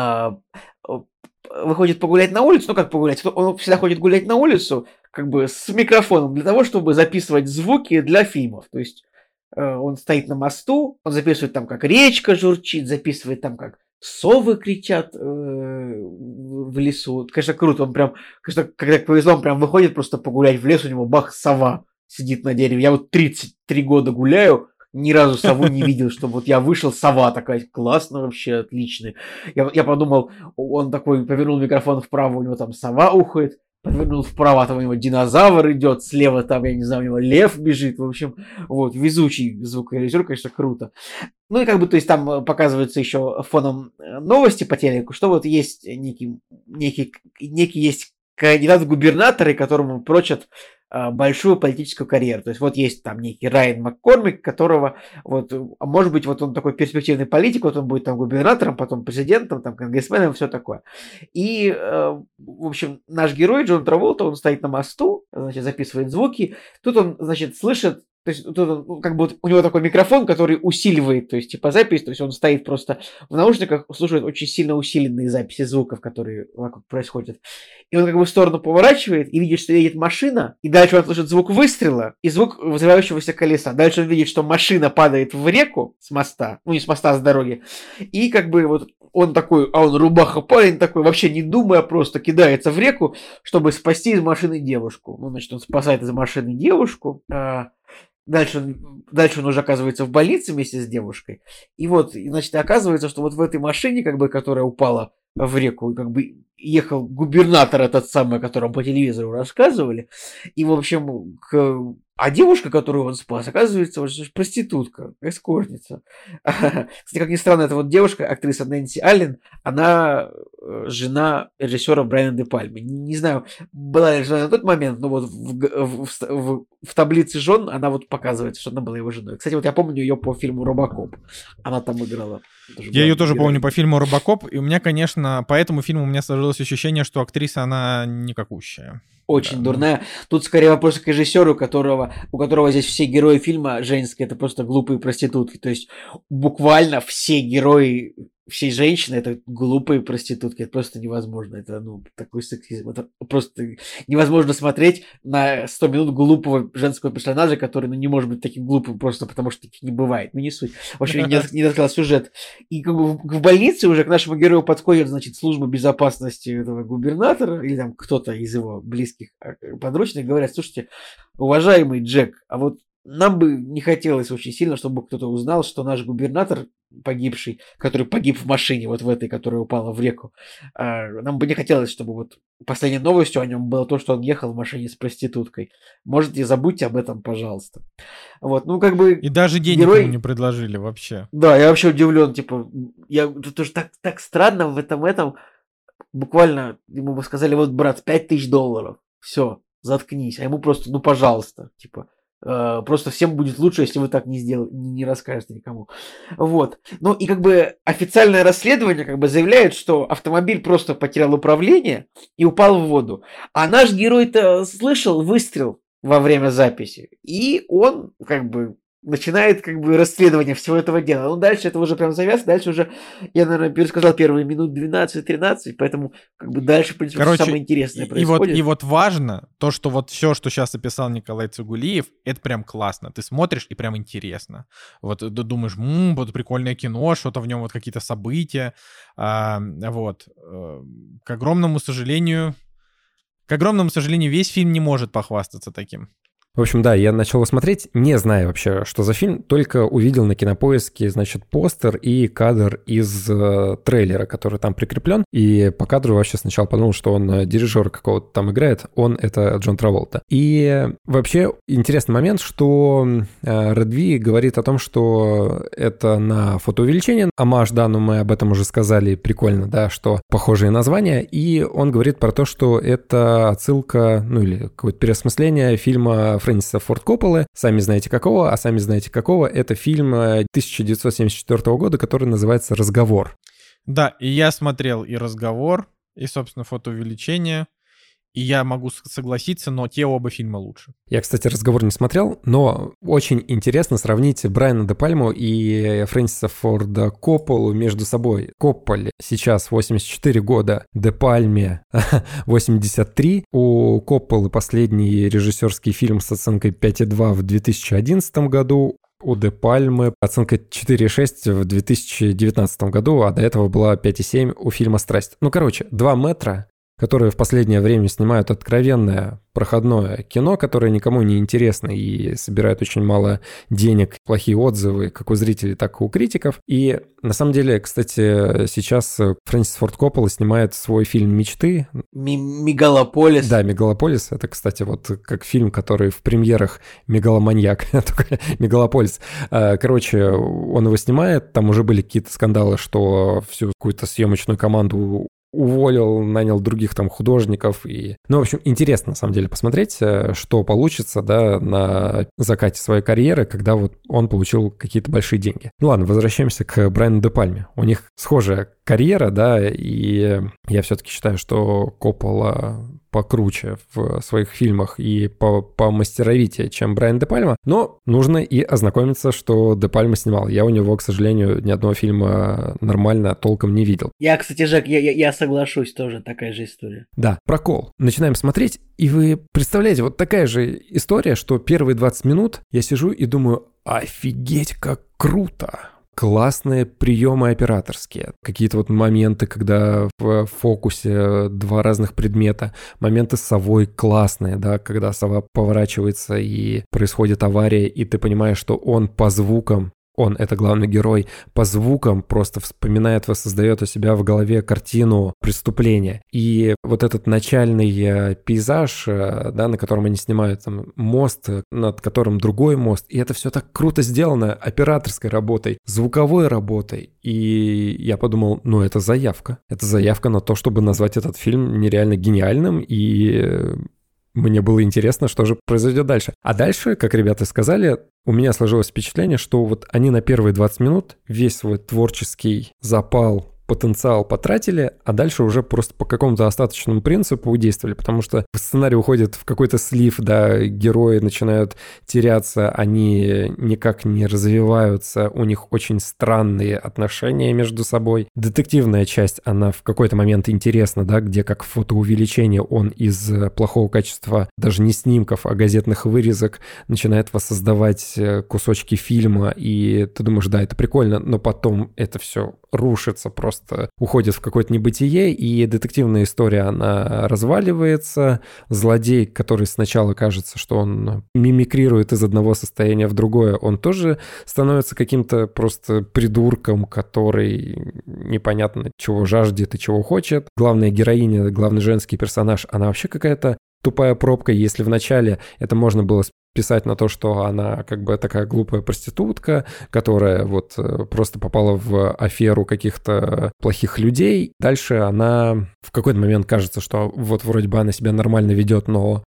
погулять на улицу, ну, как погулять, он всегда ходит гулять на улицу, как бы с микрофоном для того, чтобы записывать звуки для фильмов, то есть он стоит на мосту, он записывает там, как речка журчит, записывает там, как совы кричат в лесу. Конечно, круто. Он прям, конечно, когда повезло, он прям выходит просто погулять в лес, у него бах, сова сидит на дереве. Я вот 33 года гуляю, ни разу сову не видел, чтобы вот я вышел, сова такая, классно вообще, отлично. Я подумал, он такой повернул микрофон вправо, у него там сова ухает, повернул вправо, там у него динозавр идет, слева там, я не знаю, у него лев бежит, в общем, вот, везучий звукорежиссер, конечно, круто. Ну и как бы, то есть там показываются еще фоном новости по телеку, что вот есть некий есть кандидат в губернаторы, которому прочат большую политическую карьеру. То есть вот есть там некий Райан Маккормик, которого вот, может быть, вот он такой перспективный политик, вот он будет там губернатором, потом президентом, там конгрессменом, все такое. И, в общем, наш герой Джон Траволта, он стоит на мосту, значит, записывает звуки. Тут он, значит, слышит, то есть тут он, как бы вот у него такой микрофон, который усиливает, то есть типа запись, то есть он стоит просто в наушниках, слушает очень сильно усиленные записи звуков, которые вокруг происходят. И он как бы в сторону поворачивает и видит, что едет машина, и дальше он слышит звук выстрела и звук взрывающегося колеса. Дальше он видит, что машина падает в реку с моста, ну не с моста, а с дороги. И как бы вот он такой, а он рубаха парень такой, вообще не думая, просто кидается в реку, чтобы спасти из машины девушку. Ну, значит, он спасает из машины девушку. Дальше он уже оказывается в больнице вместе с девушкой. И вот, значит, оказывается, что вот в этой машине, как бы, которая упала в реку, как бы ехал губернатор этот самый, о котором по телевизору рассказывали. И, в общем, а девушка, которую он спас, оказывается, вот, проститутка, эскортница. Кстати, как ни странно, эта вот девушка, актриса Нэнси Аллен, она жена режиссера Брайана де Пальмы. Не знаю, была ли жена на тот момент, но вот в таблице жен она вот показывается, что она была его женой. Кстати, вот я помню ее по фильму «Робокоп». Она там играла. Я ее тоже помню по фильму «Робокоп», и у меня, конечно, по этому фильму у меня сложилось ощущение, что актриса, она никакущая. Очень дурная. Тут скорее вопрос к режиссеру, у которого здесь все герои фильма женские, это просто глупые проститутки. То есть буквально все герои, все женщины это глупые проститутки. Это просто невозможно. Это, ну, такой сексизм. Это просто невозможно смотреть на 100 минут глупого женского персонажа, который, ну, не может быть таким глупым просто потому, что таких не бывает. Ну, не суть. В общем, не рассказал сюжет. И как бы в больнице уже к нашему герою подходит, значит, служба безопасности этого губернатора или там кто-то из его близких подручных, говорят: слушайте, уважаемый Джек, а вот нам бы не хотелось очень сильно, чтобы кто-то узнал, что наш губернатор погибший, который погиб в машине, вот в этой, которая упала в реку, нам бы не хотелось, чтобы вот последней новостью о нем было то, что он ехал в машине с проституткой. Можете забудьте об этом, пожалуйста. Вот, ну как бы... И даже денег ему не предложили вообще. Да, я вообще удивлен, типа, это тоже так странно в этом, буквально ему бы сказали: вот, брат, $5000, все, заткнись, а ему просто, ну, пожалуйста, типа, просто всем будет лучше, если вы так не расскажете никому. Вот. Ну и как бы официальное расследование как бы заявляет, что автомобиль просто потерял управление и упал в воду. А наш герой-то слышал выстрел во время записи. И он как бы начинает как бы расследование всего этого дела. Ну, дальше это уже прям завязка, дальше уже, я, наверное, пересказал первые минут 12-13, поэтому как бы дальше, в принципе, Короче, самое интересное происходит. И вот важно то, что вот все, что сейчас описал Николай Цигулиев, это прям классно. Ты смотришь, и прям интересно. Вот ты думаешь, вот прикольное кино, что-то в нем вот какие-то события. Вот. К огромному сожалению, весь фильм не может похвастаться таким. В общем, да, я начал его смотреть, не зная вообще, что за фильм, только увидел на Кинопоиске, значит, постер и кадр из трейлера, который там прикреплен, и по кадру вообще сначала подумал, что он дирижер какого-то там играет, он — это Джон Траволта. И вообще интересный момент, что Редви говорит о том, что это на фотоувеличение, омаж, да, но мы об этом уже сказали, прикольно, да, что похожие названия, и он говорит про то, что это отсылка, ну или какое-то переосмысление фильма Фрэнсиса Форд Копполы, сами знаете какого, это фильм 1974 года, который называется «Разговор». Да, и я смотрел и «Разговор», и, собственно, «Фотоувеличение», и я могу согласиться, но те оба фильма лучше. Я, кстати, «Разговор» не смотрел, но очень интересно сравнить Брайана де Пальму и Фрэнсиса Форда Копполу между собой. Копполе сейчас 84 года, де Пальме 83. У Копполы последний режиссерский фильм с оценкой 5,2 в 2011 году. У де Пальмы оценка 4,6 в 2019 году, а до этого была 5,7 у фильма «Страсть». Ну, короче, 2 метра, которые в последнее время снимают откровенное проходное кино, которое никому не интересно и собирает очень мало денег, плохие отзывы как у зрителей, так и у критиков. И на самом деле, кстати, сейчас Фрэнсис Форд Коппола снимает свой фильм мечты. «Мегалополис». Да, «Мегалополис». Это, кстати, вот как фильм, который в премьерах «Мегаломаньяк», только «Мегалополис». Короче, он его снимает, там уже были какие-то скандалы, что всю какую-то съемочную команду уволил, нанял других там художников. Ну, в общем, интересно, на самом деле, посмотреть, что получится, да, на закате своей карьеры, когда вот он получил какие-то большие деньги. Ну ладно, возвращаемся к Брайану де Пальме. У них схожая карьера, да, и я все-таки считаю, что Коппола покруче в своих фильмах и помастеровитее, чем Брайан де Пальма, но нужно и ознакомиться, что де Пальма снимал. Я у него, к сожалению, ни одного фильма нормально толком не видел. Я, кстати, Жек, я соглашусь, тоже такая же история. Да, прокол. Начинаем смотреть, и вы представляете, вот такая же история, что первые 20 минут я сижу и думаю, офигеть, как круто! Классные приемы операторские, какие-то вот моменты, когда в фокусе два разных предмета, моменты с совой классные, да, когда сова поворачивается и происходит авария, и ты понимаешь, что он по звукам, он, это главный герой, по звукам просто вспоминает, воссоздает у себя в голове картину преступления. И вот этот начальный пейзаж, да, на котором они снимают там мост, над которым другой мост, и это все так круто сделано операторской работой, звуковой работой. И я подумал, ну это заявка. Это заявка на то, чтобы назвать этот фильм нереально гениальным, и мне было интересно, что же произойдет дальше. А дальше, как ребята сказали, у меня сложилось впечатление, что вот они на первые 20 минут весь свой творческий запал, потенциал потратили, а дальше уже просто по какому-то остаточному принципу действовали, потому что сценарий уходит в какой-то слив, да, герои начинают теряться, они никак не развиваются, у них очень странные отношения между собой. Детективная часть, она в какой-то момент интересна, да, где как фотоувеличение он из плохого качества, даже не снимков, а газетных вырезок начинает воссоздавать кусочки фильма, и ты думаешь, да, это прикольно, но потом это все рушится, просто уходит в какое-то небытие, и детективная история, она разваливается. Злодей, который сначала кажется, что он мимикрирует из одного состояния в другое, он тоже становится каким-то просто придурком, который непонятно чего жаждет и чего хочет. Главная героиня, главный женский персонаж, она вообще какая-то тупая пробка. Если в начале это можно было писать на то, что она как бы такая глупая проститутка, которая вот просто попала в аферу каких-то плохих людей. Дальше она в какой-то момент кажется, что вот вроде бы она себя нормально ведет, но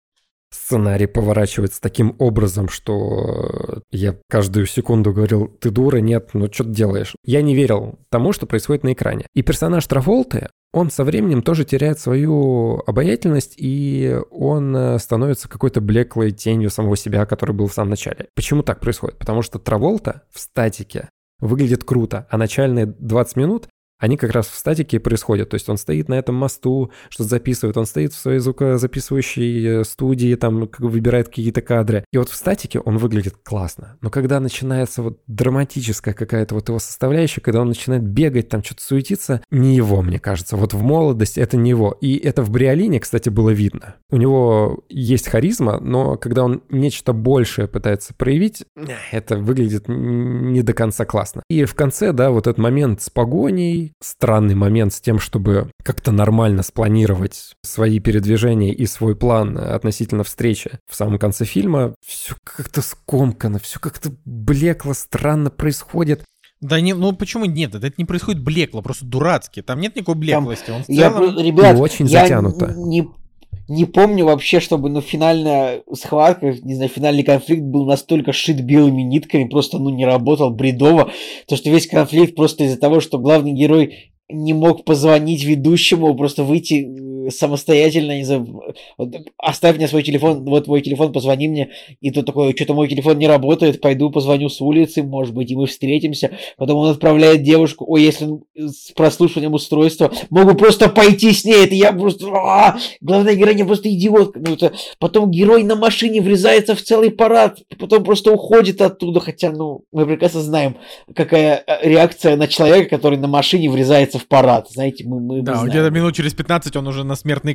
сценарий поворачивается таким образом, что я каждую секунду говорил: ты дура, нет, ну что ты делаешь? Я не верил тому, что происходит на экране. И персонаж Траволты, он со временем тоже теряет свою обаятельность, и он становится какой-то блеклой тенью самого себя, который был в самом начале. Почему так происходит? Потому что Траволта в статике выглядит круто, а начальные 20 минут они как раз в статике происходят. То есть он стоит на этом мосту, что-то записывает, он стоит в своей звукозаписывающей студии, там выбирает какие-то кадры. И вот в статике он выглядит классно. Но когда начинается вот драматическая какая-то вот его составляющая, когда он начинает бегать, там что-то суетиться, не его, мне кажется. Вот в молодости это не его. И это в Бриолине, кстати, было видно. У него есть харизма, но когда он нечто большее пытается проявить, это выглядит не до конца классно. И в конце, да, вот этот момент с погоней, странный момент с тем, чтобы как-то нормально спланировать свои передвижения и свой план относительно встречи в самом конце фильма. Все как-то скомкано, все как-то блекло, странно происходит. Да не, ну почему нет? Это не происходит блекло, просто дурацки. Там нет никакой блеклости. Он в ребят, очень затянуто. Не помню вообще, чтобы, финальная схватка, не знаю, финальный конфликт был настолько шит белыми нитками, просто, не работал, бредово. То, что весь конфликт просто из-за того, что главный герой не мог позвонить ведущему, просто выйти самостоятельно, не знаю, оставь мне свой телефон, вот твой телефон, позвони мне, и тут такой: что-то мой телефон не работает, пойду позвоню с улицы, может быть, и мы встретимся. Потом он отправляет девушку: ой, если с прослушиванием устройства, могу просто пойти с ней, это я просто... Главная героиня просто идиотка. Потом герой на машине врезается в целый парад, потом просто уходит оттуда, хотя, мы прекрасно знаем, какая реакция на человека, который на машине врезается в парад, знаете, мы да, знаем. где-то минут через 15 он уже на смертной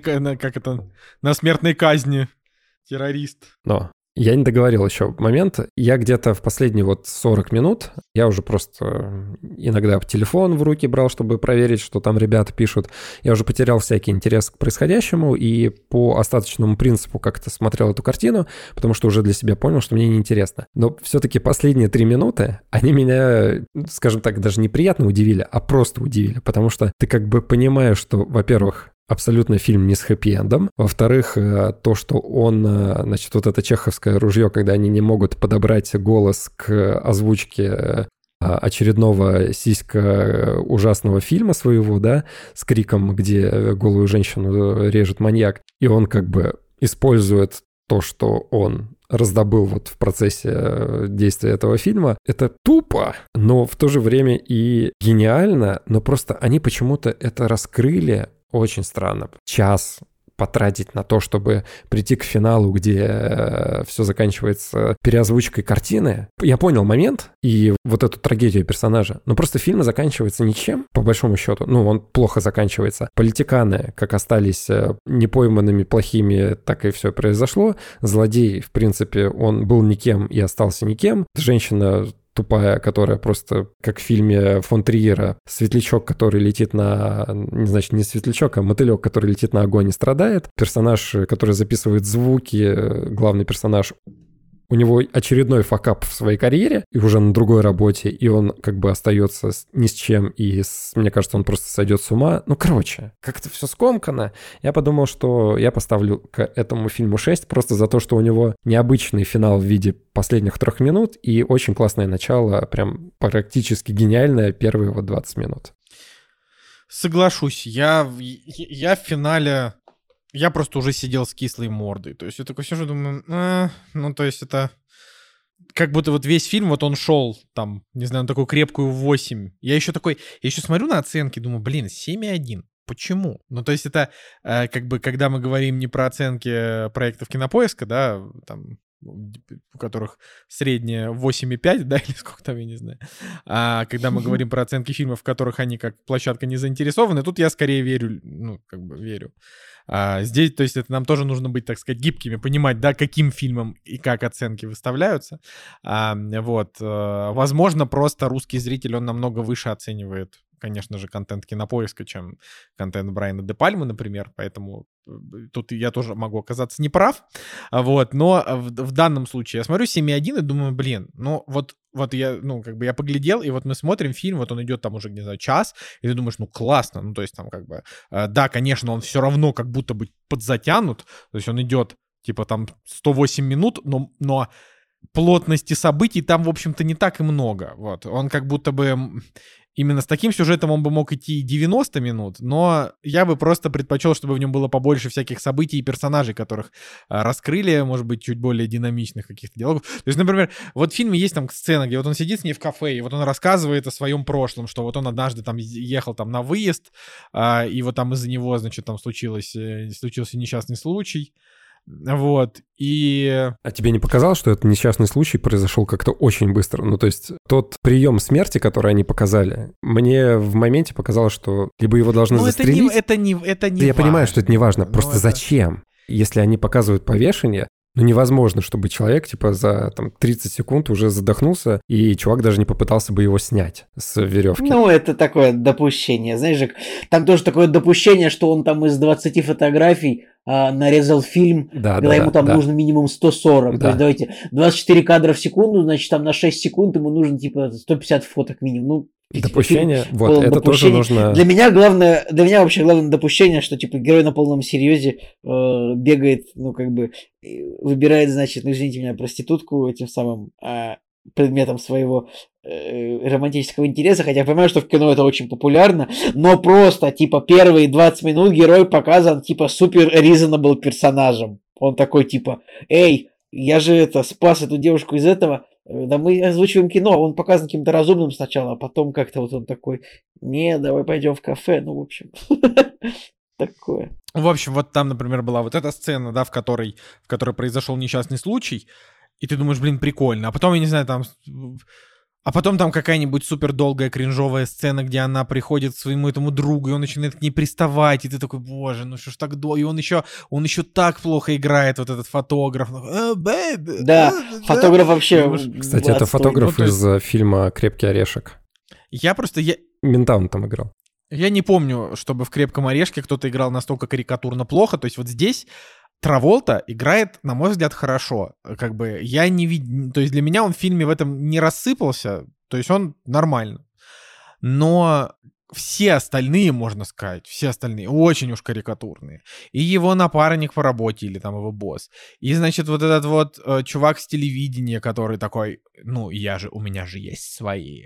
казни террорист. Но я не договорил еще момент. Я где-то в последние 40 минут, я уже просто иногда телефон в руки брал, чтобы проверить, что там ребята пишут. Я уже потерял всякий интерес к происходящему и по остаточному принципу как-то смотрел эту картину, потому что уже для себя понял, что мне неинтересно. Но все-таки последние 3 минуты, они меня, скажем так, даже неприятно удивили, а просто удивили, потому что ты как бы понимаешь, что, во-первых, абсолютно фильм не с хэппи-эндом. Во-вторых, то, что он, значит, вот это чеховское ружье, когда они не могут подобрать голос к озвучке очередного сиська ужасного фильма своего, да, с криком, где голую женщину режет маньяк, и он как бы использует то, что он раздобыл вот в процессе действия этого фильма. Это тупо, но в то же время и гениально, но просто они почему-то это раскрыли очень странно. Час потратить на то, чтобы прийти к финалу, где все заканчивается переозвучкой картины. Я понял момент и вот эту трагедию персонажа, но просто фильм заканчивается ничем, по большому счету. Он плохо заканчивается. Политиканы, как остались непойманными, плохими, так и все произошло. Злодей, в принципе, он был никем и остался никем. Женщина тупая, которая просто, как в фильме фон Триера, светлячок, который летит не светлячок, а мотылек, который летит на огонь и страдает. Персонаж, который записывает звуки, главный персонаж, у него очередной факап в своей карьере, и уже на другой работе, и он как бы остается ни с чем, и мне кажется, он просто сойдет с ума. Как-то все скомкано. Я подумал, что я поставлю к этому фильму 6 просто за то, что у него необычный финал в виде последних 3 минут и очень классное начало, прям практически гениальное первые 20 минут. Соглашусь, я в финале... Я просто уже сидел с кислой мордой. То есть я такой сижу, думаю, то есть это как будто вот весь фильм, вот он шел там, не знаю, на такую крепкую 8. Я еще смотрю на оценки, думаю, 7,1. Почему? То есть это как бы, когда мы говорим не про оценки проектов Кинопоиска, да, там, у которых средняя 8,5, да, или сколько там, я не знаю. А когда мы говорим про оценки фильмов, в которых они как площадка не заинтересованы, тут я скорее верю, верю. Здесь, то есть это нам тоже нужно быть, так сказать, гибкими, понимать, да, каким фильмам и как оценки выставляются. Возможно, просто русский зритель, он намного выше оценивает, конечно же, контент Кинопоиска, чем контент Брайана Де Пальмы, например, поэтому тут я тоже могу оказаться неправ, но в данном случае я смотрю 7,1 и думаю, я, я поглядел, и мы смотрим фильм, он идет там уже, не знаю, час, и ты думаешь, классно, то есть там да, конечно, он все равно как будто бы подзатянут, то есть он идет Типа там 108 минут, но плотности событий там, в общем-то, не так и много. Вот. Он как будто бы... Именно с таким сюжетом он бы мог идти 90 минут, но я бы просто предпочел, чтобы в нем было побольше всяких событий и персонажей, которых раскрыли, может быть, чуть более динамичных каких-то диалогов. То есть, например, вот в фильме есть там сцена, где вот он сидит с ней в кафе, и вот он рассказывает о своем прошлом, что вот он однажды там ехал там на выезд, и вот там из-за него, значит, там случился несчастный случай. Вот, и... А тебе не показалось, что этот несчастный случай произошел как-то очень быстро? Ну, то есть тот прием смерти, который они показали, мне в моменте показалось, что либо его должны застрелить... Это не Я понимаю, что это не важно, просто зачем? Если они показывают повешение, ну, невозможно, чтобы человек, типа, за там, 30 секунд уже задохнулся, и чувак даже не попытался бы его снять с веревки. Ну, это такое допущение. Знаешь, Жек, там тоже такое допущение, что он там из 20 фотографий нарезал фильм, когда ему там нужно минимум 140. То есть, давайте, 24 кадра в секунду, значит, там на 6 секунд ему нужно, типа, 150 фоток минимум. Ну, допущение, вот, это тоже нужно... Для меня вообще главное допущение, что, типа, герой на полном серьезе бегает, ну, как бы, выбирает, значит, ну, извините меня, проститутку этим самым предметом своего романтического интереса, хотя я понимаю, что в кино это очень популярно, но просто, типа, первые 20 минут герой показан, типа, супер reasonable персонажем. Он такой, типа, эй, я же спас эту девушку из этого. Да мы озвучиваем кино, он показан каким-то разумным сначала, а потом как-то вот он такой, не, давай пойдем в кафе, ну, в общем, такое. В общем, вот там, например, была вот эта сцена, да, в которой произошел несчастный случай, и ты думаешь, блин, прикольно, а потом, я не знаю, там... А потом там какая-нибудь супер долгая кринжовая сцена, где она приходит к своему этому другу, и он начинает к ней приставать, и ты такой, боже, ну что ж так долго, и он еще так плохо играет, вот этот фотограф. Да, фотограф вообще... Кстати, это фотограф из фильма «Крепкий орешек». Мента он там играл. Я не помню, чтобы в «Крепком орешке» кто-то играл настолько карикатурно плохо, то есть вот здесь... Траволта играет, на мой взгляд, хорошо. Как бы я не видел... То есть для меня он в фильме в этом не рассыпался. То есть он нормально. Но все остальные, можно сказать, все остальные очень уж карикатурные. И его напарник по работе, или там его босс. И, значит, вот этот вот чувак с телевидения, который такой, ну, у меня же есть свои,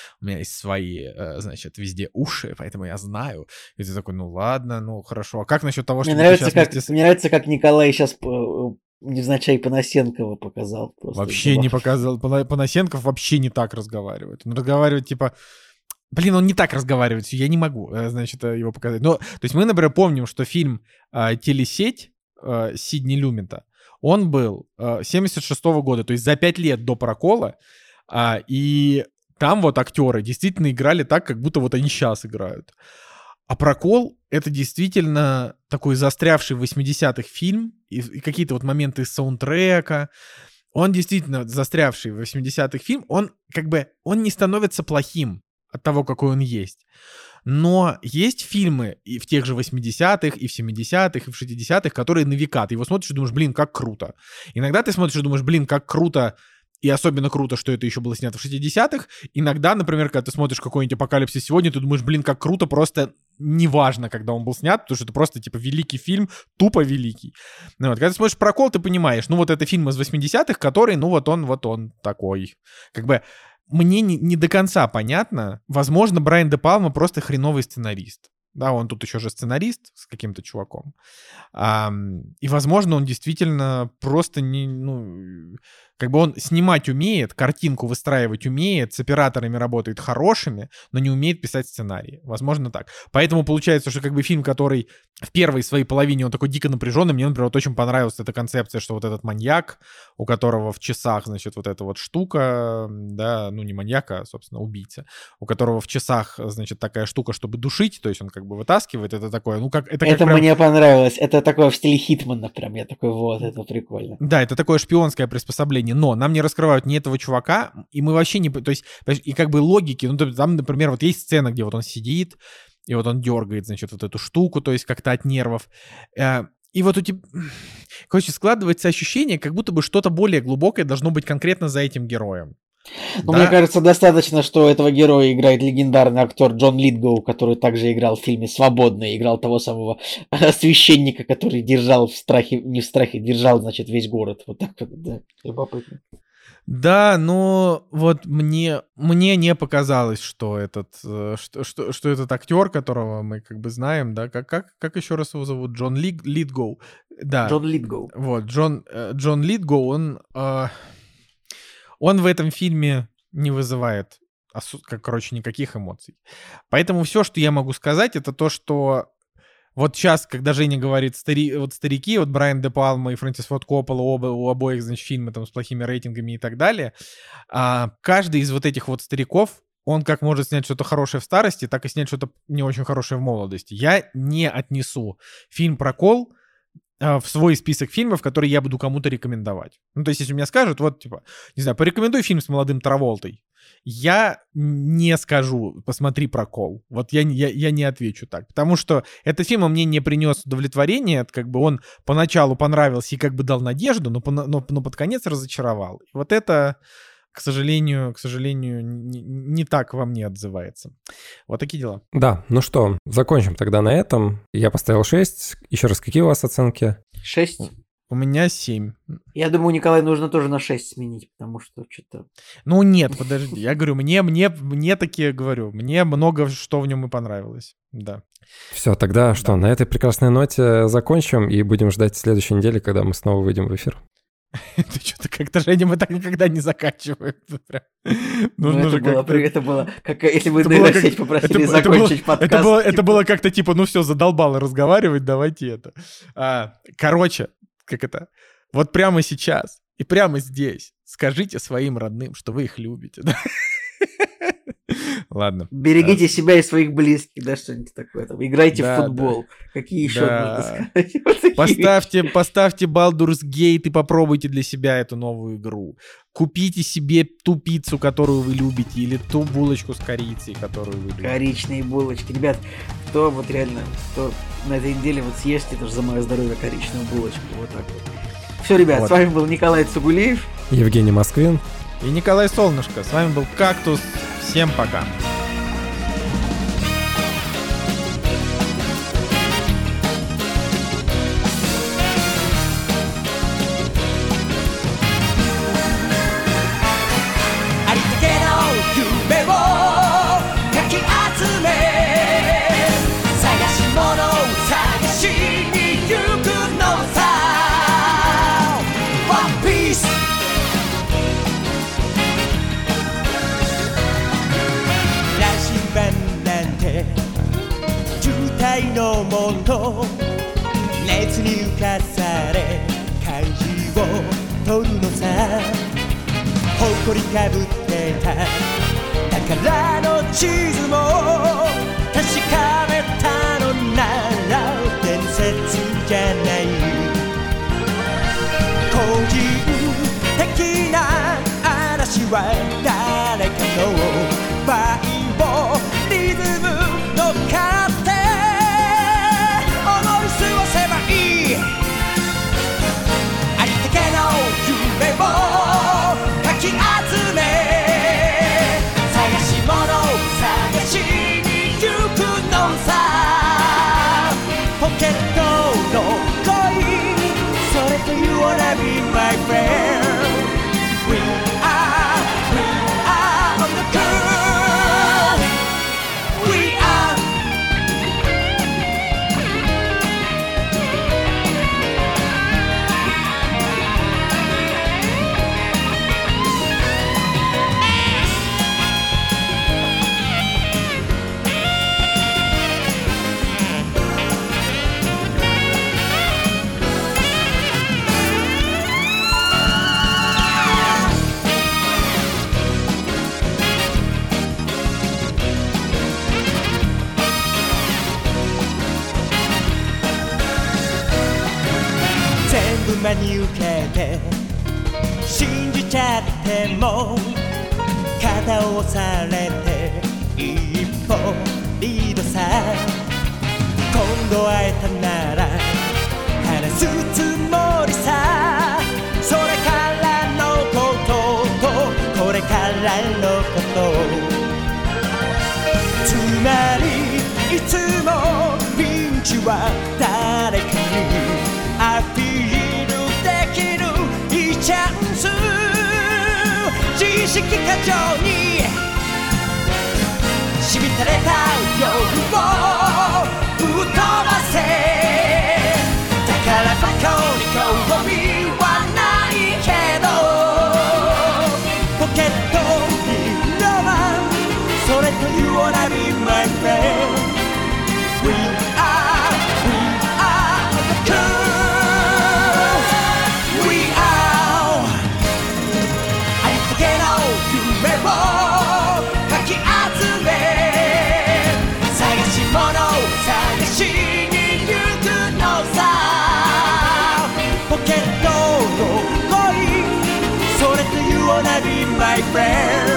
значит, везде уши, поэтому я знаю. И ты такой, ну ладно, ну хорошо. А как насчет того, что... Мне нравится, как Николай сейчас... невзначай Панасенкова показал. Вообще не показал. Панасенков вообще не так разговаривает. Он разговаривает типа... Блин, он не так разговаривает, я не могу, значит, его показать. Но, то есть мы, например, помним, что фильм «Телесеть» Сидни Люмета, он был 76-го года, то есть за 5 лет до «Прокола», и там вот актеры действительно играли так, как будто вот они сейчас играют. А «Прокол» — это действительно такой застрявший в 80-х фильм, и какие-то вот моменты из саундтрека. Он действительно застрявший в 80-х фильм, он как бы, он не становится плохим от того, какой он есть. Но есть фильмы и в тех же 80-х, и в 70-х, и в 60-х, которые на века. Ты его смотришь и думаешь, блин, как круто. Иногда ты смотришь и думаешь, блин, как круто, и особенно круто, что это еще было снято в 60-х. Иногда, например, когда ты смотришь какой-нибудь «Апокалипсис сегодня», ты думаешь, блин, как круто, просто неважно, когда он был снят, потому что это просто, типа, великий фильм, тупо великий. Ну, вот, когда ты смотришь «Прокол», ты понимаешь, ну, вот это фильм из 80-х, который, ну, вот он такой. Как бы мне не до конца понятно. Возможно, Брайан Де Пальма просто хреновый сценарист. Да, он тут еще же сценарист с каким-то чуваком. И, возможно, он действительно просто как бы он снимать умеет, картинку выстраивать умеет, с операторами работает хорошими, но не умеет писать сценарий. Возможно, так. Поэтому получается, что как бы фильм, который в первой своей половине, он такой дико напряженный. Мне, например, вот очень понравилась эта концепция, что вот этот маньяк, у которого в часах, значит, вот эта вот штука, да, ну не маньяк, а, собственно, убийца, у которого в часах, значит, такая штука, чтобы душить, то есть он как бы вытаскивает, это такое, ну как... Это прям... мне понравилось, это такое в стиле Хитмана прям, я такой, вот, это прикольно. Да, это такое шпионское приспособление, но нам не раскрывают ни этого чувака, и мы вообще не... То есть, и как бы логики, ну там, например, вот есть сцена, где вот он сидит, и вот он дергает, значит, вот эту штуку, то есть как-то от нервов. И вот у тебя... Короче, складывается ощущение, как будто бы что-то более глубокое должно быть конкретно за этим героем. Ну, Да. мне кажется, достаточно, что этого героя играет легендарный актер Джон Литгоу, который также играл в фильме «Свободный», играл того самого священника, который держал в страхе, не в страхе, держал, значит, весь город. Вот так вот, да, любопытно. Да, но вот мне не показалось, что что этот актер, которого мы как бы знаем, да, как еще раз его зовут? Джон Литгоу. Да. Джон Литгоу. Вот, Джон Литгоу, он в этом фильме не вызывает, никаких эмоций. Поэтому все, что я могу сказать, это то, что вот сейчас, когда Женя говорит старики, вот Брайан Де Палма и Фрэнсис Форд Коппола, у обоих, значит, фильмы там с плохими рейтингами и так далее, каждый из вот этих вот стариков, он как может снять что-то хорошее в старости, так и снять что-то не очень хорошее в молодости. Я не отнесу фильм «Прокол» в свой список фильмов, которые я буду кому-то рекомендовать. Ну, то есть, если мне скажут, вот, типа, не знаю, порекомендуй фильм с молодым Траволтой, я не скажу, посмотри «Прокол». Вот я не отвечу так, потому что этот фильм мне не принес удовлетворения, как бы он поначалу понравился и как бы дал надежду, но под конец разочаровал. И вот это, к сожалению, не так во мне отзывается. Вот такие дела. Да, ну что, закончим тогда на этом. Я поставил 6. Еще раз, какие у вас оценки? 6. У меня 7. Я думаю, Николай нужно тоже на 6 сменить, потому что что-то... Ну нет, подожди, я говорю, мне такие говорю, мне много что в нем и понравилось, да. Все, тогда что, на этой прекрасной ноте закончим и будем ждать следующей недели, когда мы снова выйдем в эфир. Ты что-то как-то, Женя, мы так никогда не заканчиваем. Это было как если бы нейросеть попросили закончить подкаст. Это было как-то типа, ну все, задолбало разговаривать, давайте это. Короче, как это? Вот прямо сейчас и прямо здесь скажите своим родным, что вы их любите. Ладно. Берегите себя и своих близких, да, что-нибудь такое. Там. Играйте в футбол. Какие еще можно сказать? Поставьте Baldur's Gate и попробуйте для себя эту новую игру. Купите себе ту пиццу, которую вы любите, или ту булочку с корицей, которую вы любите. Коричные булочки. Ребят, кто вот реально, кто на этой неделе вот съешьте тоже за мое здоровье коричную булочку. Вот так вот. Все, ребят, с вами был Николай Цугулиев. Евгений Москвин. И Николай Солнышко. С вами был Кактус. Всем пока. のもと熱に浮かされ漢字を取るのさ誇りかぶってた宝の地図も確かめたのなら伝説じゃない個人的な嵐は誰かのバイオリズムの勝手ありったけの夢をかき集め探し物探しに行くのさポケットの恋それと You wanna be my friend We are on the girl We are真に受けて信じちゃっても肩を押されて一歩リードさ今度会えたなら話すつもりさそれからのこととこれから気過剰にしみたれた夜を吹っ飛ばせだからバカに興味はないけどポケットにロマンそれと You wanna be my friend We are the cool We are ありったけの夢をかき集め探し物を探しに行くのさポケットの恋それと You wanna be my friend